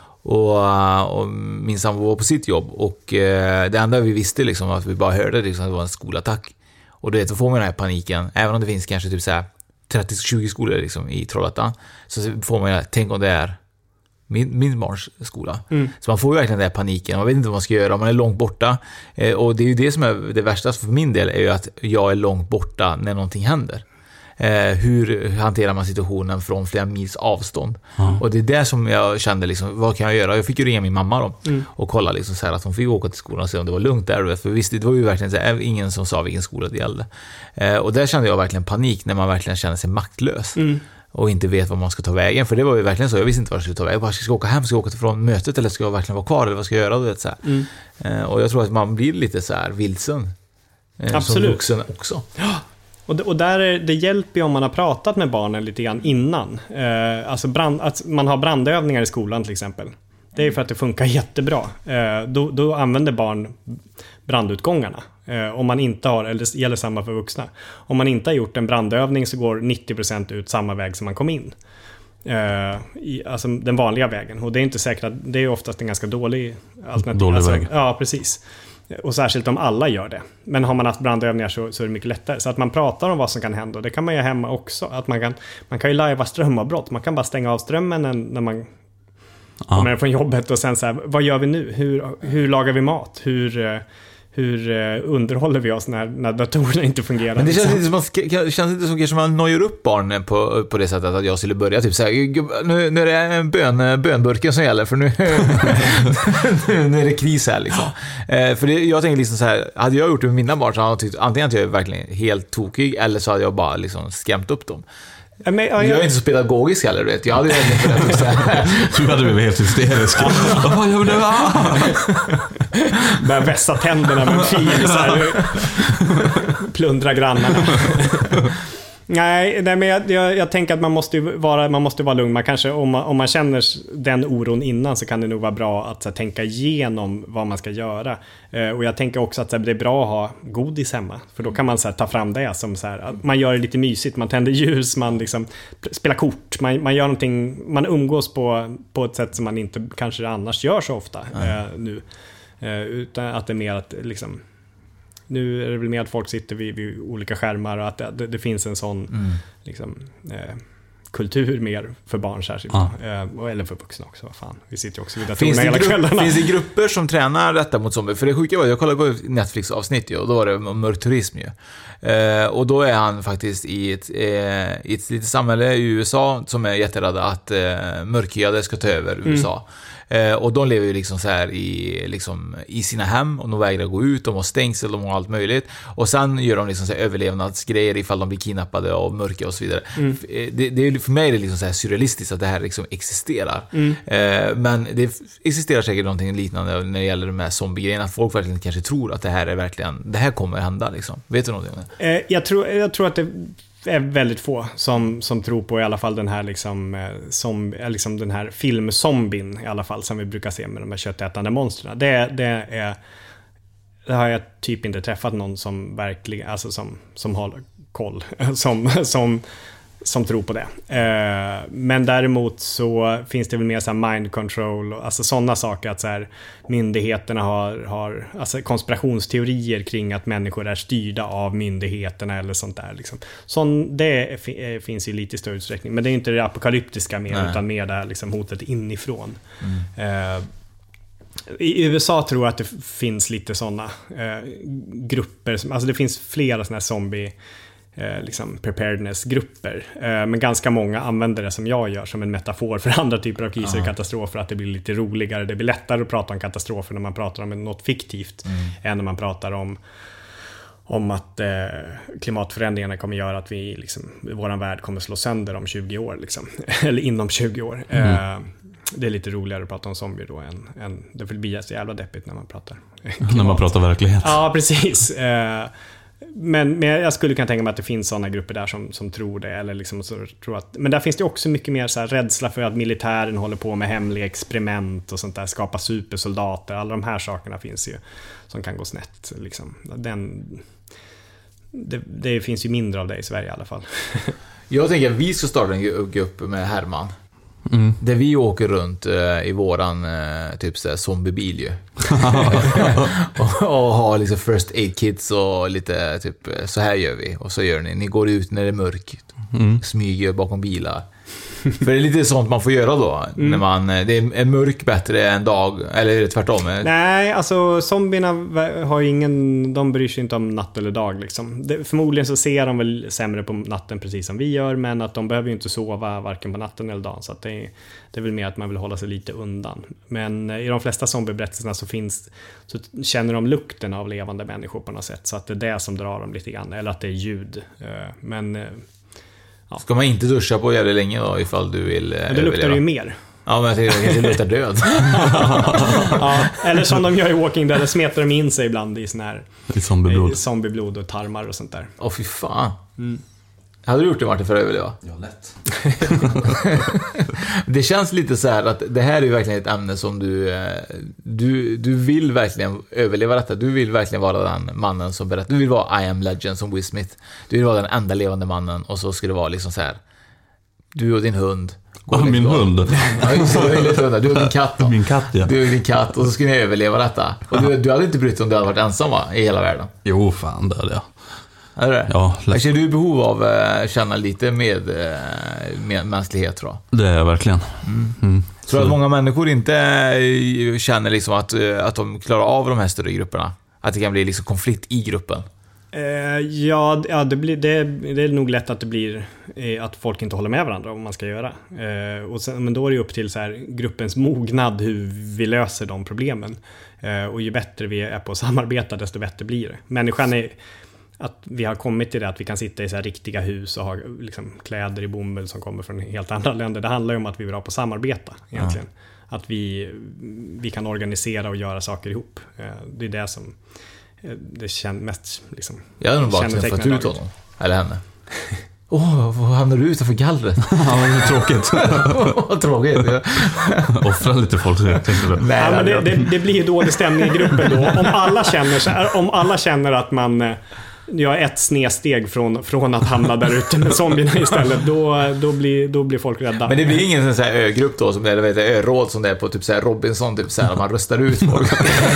S9: Och min sambo var på sitt jobb, och det enda vi visste liksom, att vi bara hörde liksom, att det var en skolattack. Och då får man den här paniken, även om det finns kanske typ så här 30-20 skolor liksom, i Trollhättan, så får man tänk om det är min barns skola. Så man får ju verkligen den här paniken, man vet inte vad man ska göra, man är långt borta, och det är ju det som är det värsta för min del, är ju att jag är långt borta när någonting händer. Hur hanterar man situationen från flera mils avstånd? Och det är det som jag kände liksom, vad kan jag göra? Jag fick ju ringa min mamma då och kolla liksom så här, att hon fick åka till skolan och se om det var lugnt där, för visst, det var ju verkligen så här, ingen som sa vilken skola det gällde. Och där kände jag verkligen panik, när man verkligen känner sig maktlös och inte vet vad man ska ta vägen, för det var ju verkligen så, jag visste inte vad jag skulle ta vägen, ska jag åka hem, ska jag åka från mötet, eller ska jag verkligen vara kvar, eller vad ska jag göra, du vet, så här. Och jag tror att man blir lite så här vilsen som vuxen också.
S10: Och där det hjälper ju om man har pratat med barnen lite grann innan. Alltså att man har brandövningar i skolan till exempel. Det är för att det funkar jättebra. Då använder barn brandutgångarna. Om man inte har, eller det gäller samma för vuxna. Om man inte har gjort en brandövning så går 90% ut samma väg som man kom in. Alltså den vanliga vägen. Och det är inte säkert att det är oftast en ganska dålig alternativ.
S7: Dålig väg.
S10: Ja, precis. Och särskilt om alla gör det. Men har man haft brandövningar så är det mycket lättare. Så att man pratar om vad som kan hända. Och det kan man ju hemma också. Att man kan ju lajva strömavbrott. Man kan bara stänga av strömmen när man kommer från jobbet. Och sen så här, vad gör vi nu? Hur lagar vi mat? Hur underhåller vi oss när datorerna inte fungerar?
S9: Men det känns inte som kanske man nojar upp barnen på det sättet att jag skulle börja typ så här, nu är det bönburken som gäller för nu nu är det kris här liksom. För jag tänker liksom så här, hade jag gjort det med mina barn så hade jag tyckt antingen att jag är verkligen helt tokig eller så hade jag bara liksom skrämt upp dem. Jag är inte så pedagogisk heller, vet. Jag hade ju inte
S7: Du hade blivit helt hysterisk. Vad gör du?
S10: Börja vässa tänderna med en fil så här. Plundra grannarna. Nej, men jag tänker att man måste vara lugn. Man kanske, om man känner den oron innan så kan det nog vara bra att så här, tänka igenom vad man ska göra. Och jag tänker också att så här, det är bra att ha godis hemma. För då kan man så här, ta fram det som så här, man gör det lite mysigt. Man tänder ljus, man liksom spelar kort. Man gör någonting, man umgås på ett sätt som man inte kanske annars gör så ofta nu. Utan att det är mer att liksom... Nu är det väl mer att folk sitter vid olika skärmar och att det finns en sån liksom, kultur mer för barn särskilt. Eller för vuxna också, vad fan. Vi sitter ju också vid datorerna hela kvällarna.
S9: Finns det grupper som tränar detta mot zombier? För det sjuka var, jag kollade på Netflix-avsnitt och då var det mörk turism ju. Och då är han faktiskt i ett litet samhälle i USA som är jätterädda att mörkhyade ska ta över USA. Och de lever ju liksom så här i sina hem och de vägrar gå ut, de har stängsel, de har allt möjligt och sen gör de liksom så här överlevnadsgrejer ifall de blir kidnappade av mörka och så vidare. Det är för mig är det liksom så här surrealistiskt att det här liksom existerar. Men det existerar säkert någonting liknande när det gäller de här zombie-grejerna. Folk verkligen kanske tror att det här är verkligen, det här kommer hända liksom. Vet du någonting om det?
S10: Jag tror att det är väldigt få som tror på i alla fall den här liksom den här filmzombien i alla fall som vi brukar se med de här köttätande monstren. Det har jag typ inte träffat någon som verkligen alltså som har koll som tror på det. Men däremot så finns det väl mer så här mind control och alltså sådana saker att så här, myndigheterna har alltså konspirationsteorier kring att människor är styrda av myndigheterna eller sånt där liksom. Det finns i lite större utsträckning, men det är inte det apokalyptiska mer utan mer det här liksom hotet inifrån. I USA tror jag att det finns lite sådana grupper alltså det finns flera såna här zombie liksom preparedness-grupper. Men ganska många använder det som jag gör som en metafor för andra typer av kriser och katastrofer, att det blir lite roligare. Det blir lättare att prata om katastrofer när man pratar om något fiktivt än när man pratar om att klimatförändringarna kommer göra att vi liksom, våran värld kommer slå sönder om 20 år liksom. Eller inom 20 år. Det är lite roligare att prata om zombier då än det blir så jävla deppigt när man pratar klimat.
S7: När man pratar verklighet.
S10: Ja, precis. Men jag skulle kunna tänka mig att det finns sådana grupper där som tror det eller liksom så tror att, men där finns det också mycket mer så här rädsla för att militären håller på med hemliga experiment och sånt där, skapa supersoldater, alla de här sakerna finns ju som kan gå snett liksom. Det finns ju mindre av det i Sverige i alla fall.
S9: Jag tänker att vi ska starta en grupp med Herman. Där vi åker runt i våran typ så här zombiebil ju. och har liksom first aid kits och lite typ så här gör vi och så gör ni går ut när det är mörkt, smyger bakom bilar. För det är lite sånt man får göra då när man, det är mörk bättre än dag, eller är det tvärtom?
S10: Nej, alltså zombierna har ju de bryr sig inte om natt eller dag liksom. Förmodligen så ser de väl sämre på natten precis som vi gör, men att de behöver ju inte sova varken på natten eller dagen, så att det är väl mer att man vill hålla sig lite undan. Men i de flesta zombieberättelserna så känner de lukten av levande människor på något sätt, så att det är det som drar dem lite grann, eller att det är ljud. Men
S9: ja. Ska man inte duscha på jävligt länge då ifall du vill
S10: överleva? Det luktar ju mer.
S9: Ja, men jag tänker att det luktar död.
S10: Ja, eller som de gör i Walking Dead, där smetar de in sig ibland i sån här zombieblod och tarmar och sånt där.
S9: Åh fy fan. Hade du gjort det, Martin, för att överleva?
S7: Ja, lätt.
S9: Det känns lite så här att det här är verkligen ett ämne som du vill verkligen överleva detta. Du vill verkligen vara den mannen som berättar. Du vill vara I am legend som Will Smith. Du vill vara den enda levande mannen, och så ska det vara liksom så här: du och din hund
S7: Min hund.
S9: Ja, du och din katt då.
S7: Min katt, ja.
S9: Du och din katt, och så skulle ni överleva detta. Och du hade inte brytt om du hade varit ensam, va? I hela världen.
S7: Jo, fan, det hade jag.
S9: Är det?
S7: Ja, lätt.
S9: Känner du behov av att känna lite med mänsklighet, tror jag?
S7: Det är jag verkligen.
S9: Tror du att många människor inte känner liksom att de klarar av de här större grupperna? Att det kan bli liksom konflikt i gruppen?
S10: Ja, det är nog lätt att det blir att folk inte håller med varandra om man ska göra. Men då är det upp till så här, gruppens mognad hur vi löser de problemen. Och ju bättre vi är på att samarbeta, desto bättre blir det. Människan är att vi har kommit till det att vi kan sitta i så här riktiga hus och ha liksom kläder i bomull som kommer från helt andra länder. Det handlar ju om att vi vill ha på att samarbeta egentligen. Att vi kan organisera och göra saker ihop. Det är det som det känns mest liksom.
S9: Jag hade nog bara träffat ut honom. Eller henne. Vad hamnar du utanför gallret?
S7: Ja, det är tråkigt.
S9: Vad tråkigt.
S7: Offra lite folk, tänkte du.
S10: Nej, men det blir ju dålig stämning i gruppen då. Om alla känner att man gör ett snedsteg från att hamna där ute med zombierna istället, då blir folk rädda.
S9: Men det blir ingen sån här ögrupp då, som det är, eller öråd som det är på typ så här Robinson, typ så här, man röstar ut folk.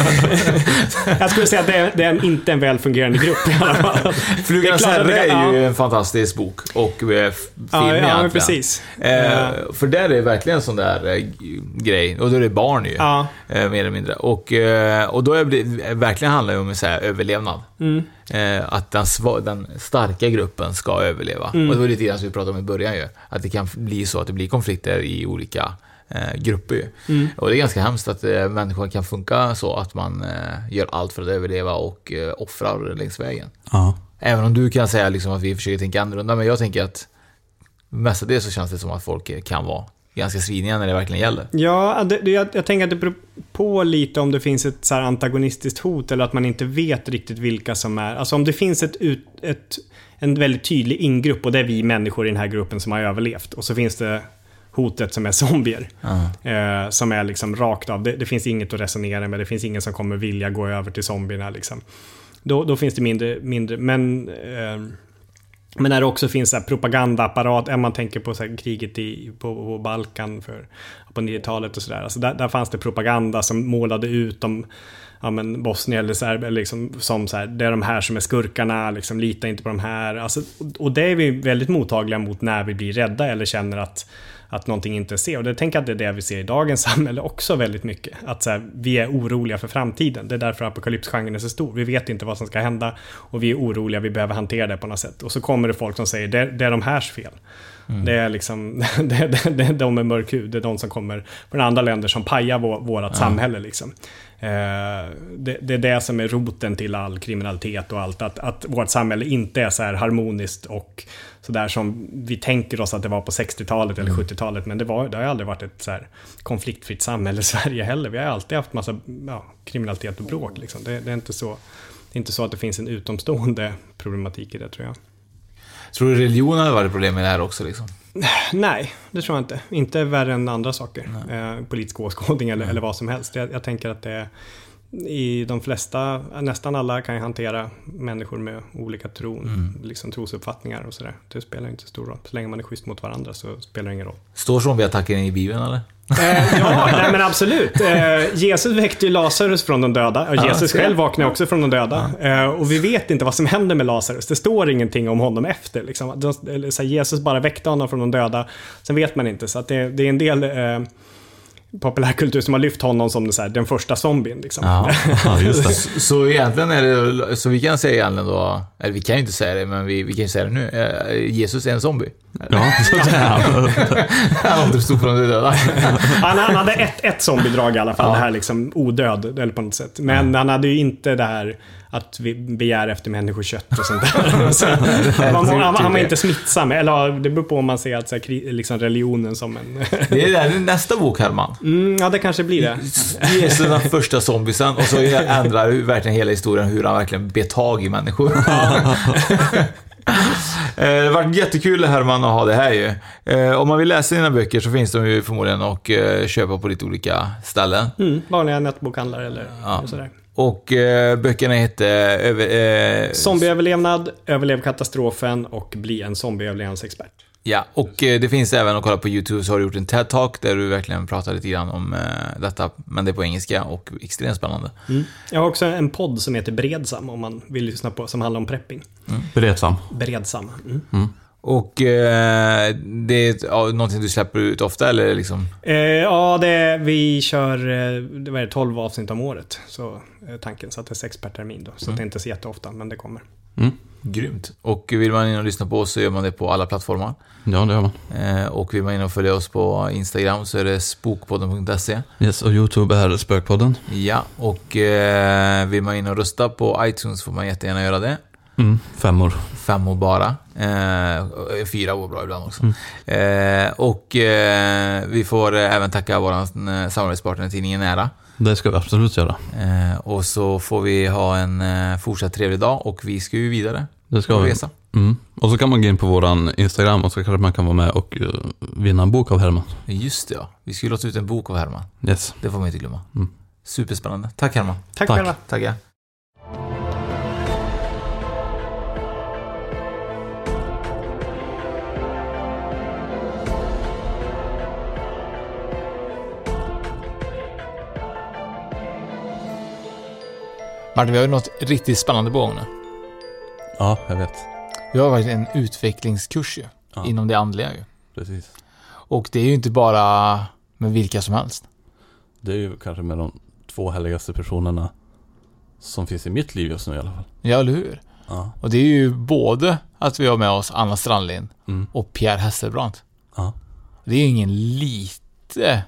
S10: Jag skulle säga att det är inte en välfungerande grupp i alla fall.
S9: Flugarnas herre är ju en fantastisk bok och film egentligen.
S10: Ja, precis.
S9: För där är det verkligen en sån där grej, och då är det barn ju, mer eller mindre. Och då är det verkligen handlar det om så här överlevnad. Att den starka gruppen ska överleva. Och det var lite grann som vi pratade om i början ju, att det kan bli så att det blir konflikter i olika grupper ju. Och det är ganska hemskt att människan kan funka så att man gör allt för att överleva och offrar längs vägen. Även om du kan säga liksom att vi försöker tänka annorlunda, men jag tänker att mest av det så känns det som att folk kan vara ganska sviniga när det verkligen gäller.
S10: Ja, jag tänker att det beror på lite om det finns ett så här antagonistiskt hot, eller att man inte vet riktigt vilka som är. Alltså om det finns en väldigt tydlig ingrupp, och det är vi människor i den här gruppen som har överlevt, och så finns det hotet som är zombier, som är liksom rakt av. Det finns inget att resonera med, det finns ingen som kommer vilja gå över till zombierna liksom. Då finns det mindre men när det också finns så här propagandaapparat, om man tänker på så här kriget på Balkan på 90-talet och sådär. Alltså där fanns det propaganda som målade ut Bosnien eller Serbien liksom, som så här, det är de här som är skurkarna, liksom, lita inte på de här. Alltså, och det är vi väldigt mottagliga mot när vi blir rädda eller känner att någonting inte ser. Och det tänker jag att det är det vi ser i dagens samhälle också väldigt mycket. Att så här, vi är oroliga för framtiden. Det är därför apokalypsgenren är så stor. Vi vet inte vad som ska hända och vi är oroliga, vi behöver hantera det på något sätt. Och så kommer det folk som säger, det är de härs fel. Det är liksom de är mörk hud, det är de som kommer från andra länder som pajar vårat samhälle liksom. Det är det som är roten till all kriminalitet och allt, att vårt samhälle inte är så här harmoniskt och så där som vi tänker oss att det var på 60-talet eller 70-talet, men det har aldrig varit ett så här konfliktfritt samhälle i Sverige heller. Vi har alltid haft massa kriminalitet och bråk liksom. Det är inte så att det finns en utomstående problematik i det, tror jag.
S9: Tror du religion har varit problem med det här också liksom?
S10: Nej, det tror jag inte. Inte värre än andra saker. Politisk åskådning eller vad som helst. Jag tänker att det i de flesta, nästan alla kan ju hantera människor med olika liksom trosuppfattningar och sådär. Det spelar inte stor roll. Så länge man är schysst mot varandra så spelar det ingen roll.
S9: Står zombieattacken i Bibeln eller?
S10: Nej, men absolut. Jesus väckte ju Lazarus från de döda. Och Jesus själv vaknade också från de döda. Och vi vet inte vad som händer med Lazarus. Det står ingenting om honom efter. Liksom. Jesus bara väckte honom från de döda. Sen vet man inte. Så att det är en del populärkultur som har lyft honom som så här, den första zombien liksom.
S9: Ja, just det. Så egentligen är det, så vi kan säga egentligen då, eller vi kan ju inte säga det, men vi kan ju säga det nu. Jesus är en zombie.
S7: Ja,
S9: han återstod från de döda.
S10: Han hade ett zombiedrag i alla fall, det här liksom odöd eller på något sätt. Men han hade ju inte det här att vi begär efter människokött och sånt där. Så, han var inte smittsam. Eller det beror på om man ser att så här, liksom religionen som en...
S9: Det är nästa bok, Herman.
S10: Ja, det kanske blir det.
S9: Jesus den första zombiesen, och så ändrar verkligen hela historien hur han verkligen betag i människor. Det har varit jättekul, Herman, att ha det här ju. Om man vill läsa dina böcker så finns de ju förmodligen att köpa på lite olika ställen.
S10: Vanliga nätbokhandlare eller sådär.
S9: Och böckerna heter
S10: Zombieöverlevnad, Överlev katastrofen och Bli en zombieöverlevnadsexpert.
S9: Ja, och det finns även att kolla på YouTube, så har du gjort en TED-talk där du verkligen pratar lite grann om detta, men det är på engelska och extremt spännande.
S10: Jag har också en podd som heter Beredsam om man vill lyssna på, som handlar om prepping. Beredsam.
S9: Och det är någonting du släpper ut ofta eller liksom?
S10: Ja, vi kör 12 avsnitt om året, så tanken, så att det är 6 per termin då, så det är inte så jätteofta, men det kommer.
S9: Grymt. Och vill man in och lyssna på oss så gör man det på alla plattformar.
S7: Ja, det gör man.
S9: Och vill man in och följa oss på Instagram så är det spokpodden.se.
S7: Yes, och YouTube är Spökpodden.
S9: Ja, och vill man in och rösta på iTunes får man jättegärna göra det.
S7: 5 år.
S9: 5 år bara. 4 år bra ibland också. Och vi får även tacka vår samarbetspartner tidningen Nära.
S7: Det ska vi absolut göra.
S9: Och så får vi ha en fortsatt trevlig dag och vi ska ju vidare.
S7: Det ska vi.
S9: Resa.
S7: Och så kan man gå in på våran Instagram och så kanske man kan vara med och vinna en bok av Herman.
S9: Just det, ja. Vi ska ju låta ut en bok av Herman.
S7: Yes.
S9: Det får man inte glömma. Superspännande. Tack Herman.
S10: Tack själva.
S9: Tack.
S8: Martin, vi har ju något riktigt spännande på gång nu.
S7: Ja, jag vet.
S8: Vi har varit en utvecklingskurs ju, inom det andliga ju.
S7: Precis.
S8: Och det är ju inte bara med vilka som helst.
S7: Det är ju kanske med de 2 heligaste personerna som finns i mitt liv just nu i alla fall.
S8: Ja, eller hur?
S7: Ja.
S8: Och det är ju både att vi har med oss Anna Strandlind och Pierre Hesselbrandt.
S7: Ja.
S8: Det är ju ingen lite...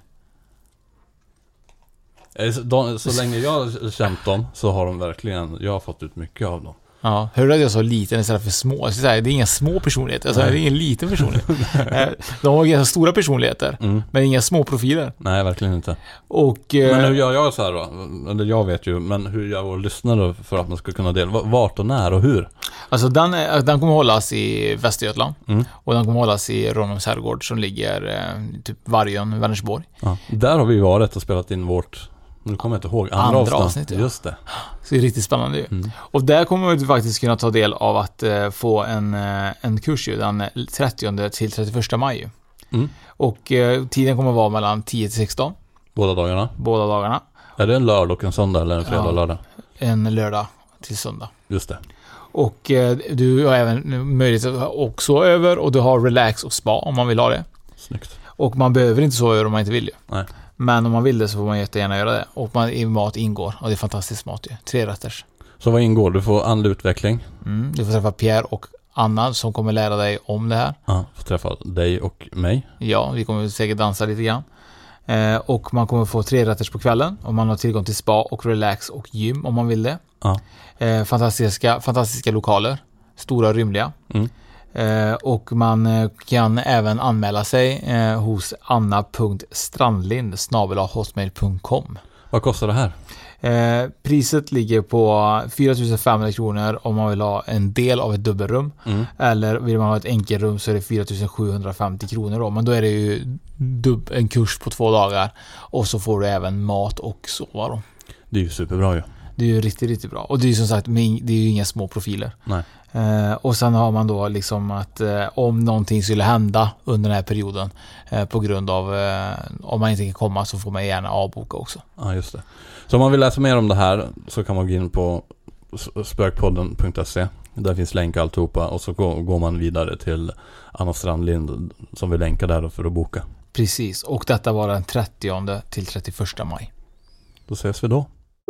S7: Så länge jag har känt dem så har de verkligen, jag har fått ut mycket av dem.
S8: Ja, hörde du att jag sa liten istället för små? Jag ska säga, det är inga små personligheter, alltså, det är ingen liten personlighet. De har ganska stora personligheter, men inga små profiler.
S7: Nej, verkligen inte.
S8: Och,
S7: men hur gör jag så här då? Eller jag vet ju, men hur gör vår lyssnare för att man ska kunna dela? Vart och när och hur?
S8: Alltså den kommer hållas i Västergötland och den kommer hållas i Ronnums herrgård som ligger typ Vargön, Vänersborg.
S7: Ja. Där har vi varit och spelat in vårt... Nu kommer jag inte ihåg. Andra avsnitt. Ja. Just det.
S8: Så det är riktigt spännande ju. Och där kommer vi faktiskt kunna ta del av att få en kurs ju, den 30 till 31 maj. Och tiden kommer vara mellan 10 till 16.
S7: Båda dagarna. Är det en lördag och en söndag eller en fredag och lördag?
S8: En lördag till söndag.
S7: Just det.
S8: Och du har även möjlighet att också över och du har relax och spa om man vill ha det.
S7: Snyggt.
S8: Och man behöver inte sova över om man inte vill ju.
S7: Nej.
S8: Men om man vill det så får man jättegärna göra det. Och mat ingår. Och det är fantastisk mat ju. 3 rätters.
S7: Så vad ingår? Du får andlig utveckling.
S8: Du får träffa Pierre och Anna som kommer lära dig om det här.
S7: Ja, får träffa dig och mig.
S8: Ja, vi kommer säkert dansa lite grann. Och man kommer få 3 rätters på kvällen. Och man har tillgång till spa och relax och gym om man vill det.
S7: Ja.
S8: Fantastiska lokaler. Stora och rymliga. Och man kan även anmäla sig hos anna.strandlind@hotmail.com.
S7: Vad kostar det här?
S8: Priset ligger på 4 500 kronor om man vill ha en del av ett dubbelrum. Eller vill man ha ett enkelrum så är det 4 750 kronor då. Men då är det ju en kurs på 2 dagar. Och så får du även mat och sova då.
S7: Det är ju superbra ju.
S8: Det är ju riktigt, riktigt bra. Och det är ju som sagt, det är ju inga små profiler.
S7: Nej.
S8: Och sen har man då liksom att om någonting skulle hända under den här perioden på grund av om man inte kan komma så får man gärna avboka också.
S7: Ja, just det. Så om man vill läsa mer om det här så kan man gå in på spökpodden.se. Där finns länk alltihopa och så går man vidare till Anna Strandlind som vi länkar där för att boka.
S8: Precis, och detta var den 30 till 31 maj.
S7: Då ses vi då.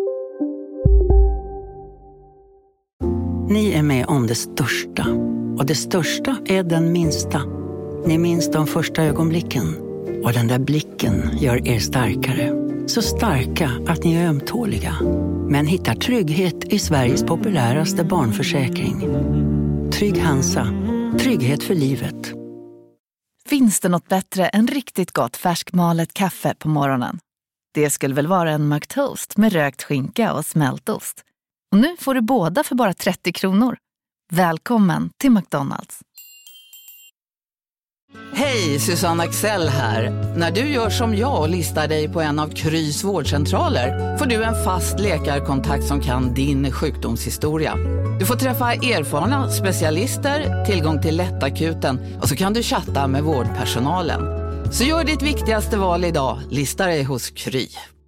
S14: Ni är med om det största. Och det största är den minsta. Ni minns de första ögonblicken. Och den där blicken gör er starkare. Så starka att ni är ömtåliga. Men hittar trygghet i Sveriges populäraste barnförsäkring. Trygg Hansa. Trygghet för livet.
S11: Finns det något bättre än riktigt gott färskmalet kaffe på morgonen? Det skulle väl vara en McToast med rökt skinka och smältost. Och nu får du båda för bara 30 kronor. Välkommen till McDonald's.
S15: Hej, Susanne Axel här. När du gör som jag och listar dig på en av Krys vårdcentraler får du en fast läkarkontakt som kan din sjukdomshistoria. Du får träffa erfarna specialister, tillgång till lättakuten och så kan du chatta med vårdpersonalen. Så gör ditt viktigaste val idag, lista dig hos Kry.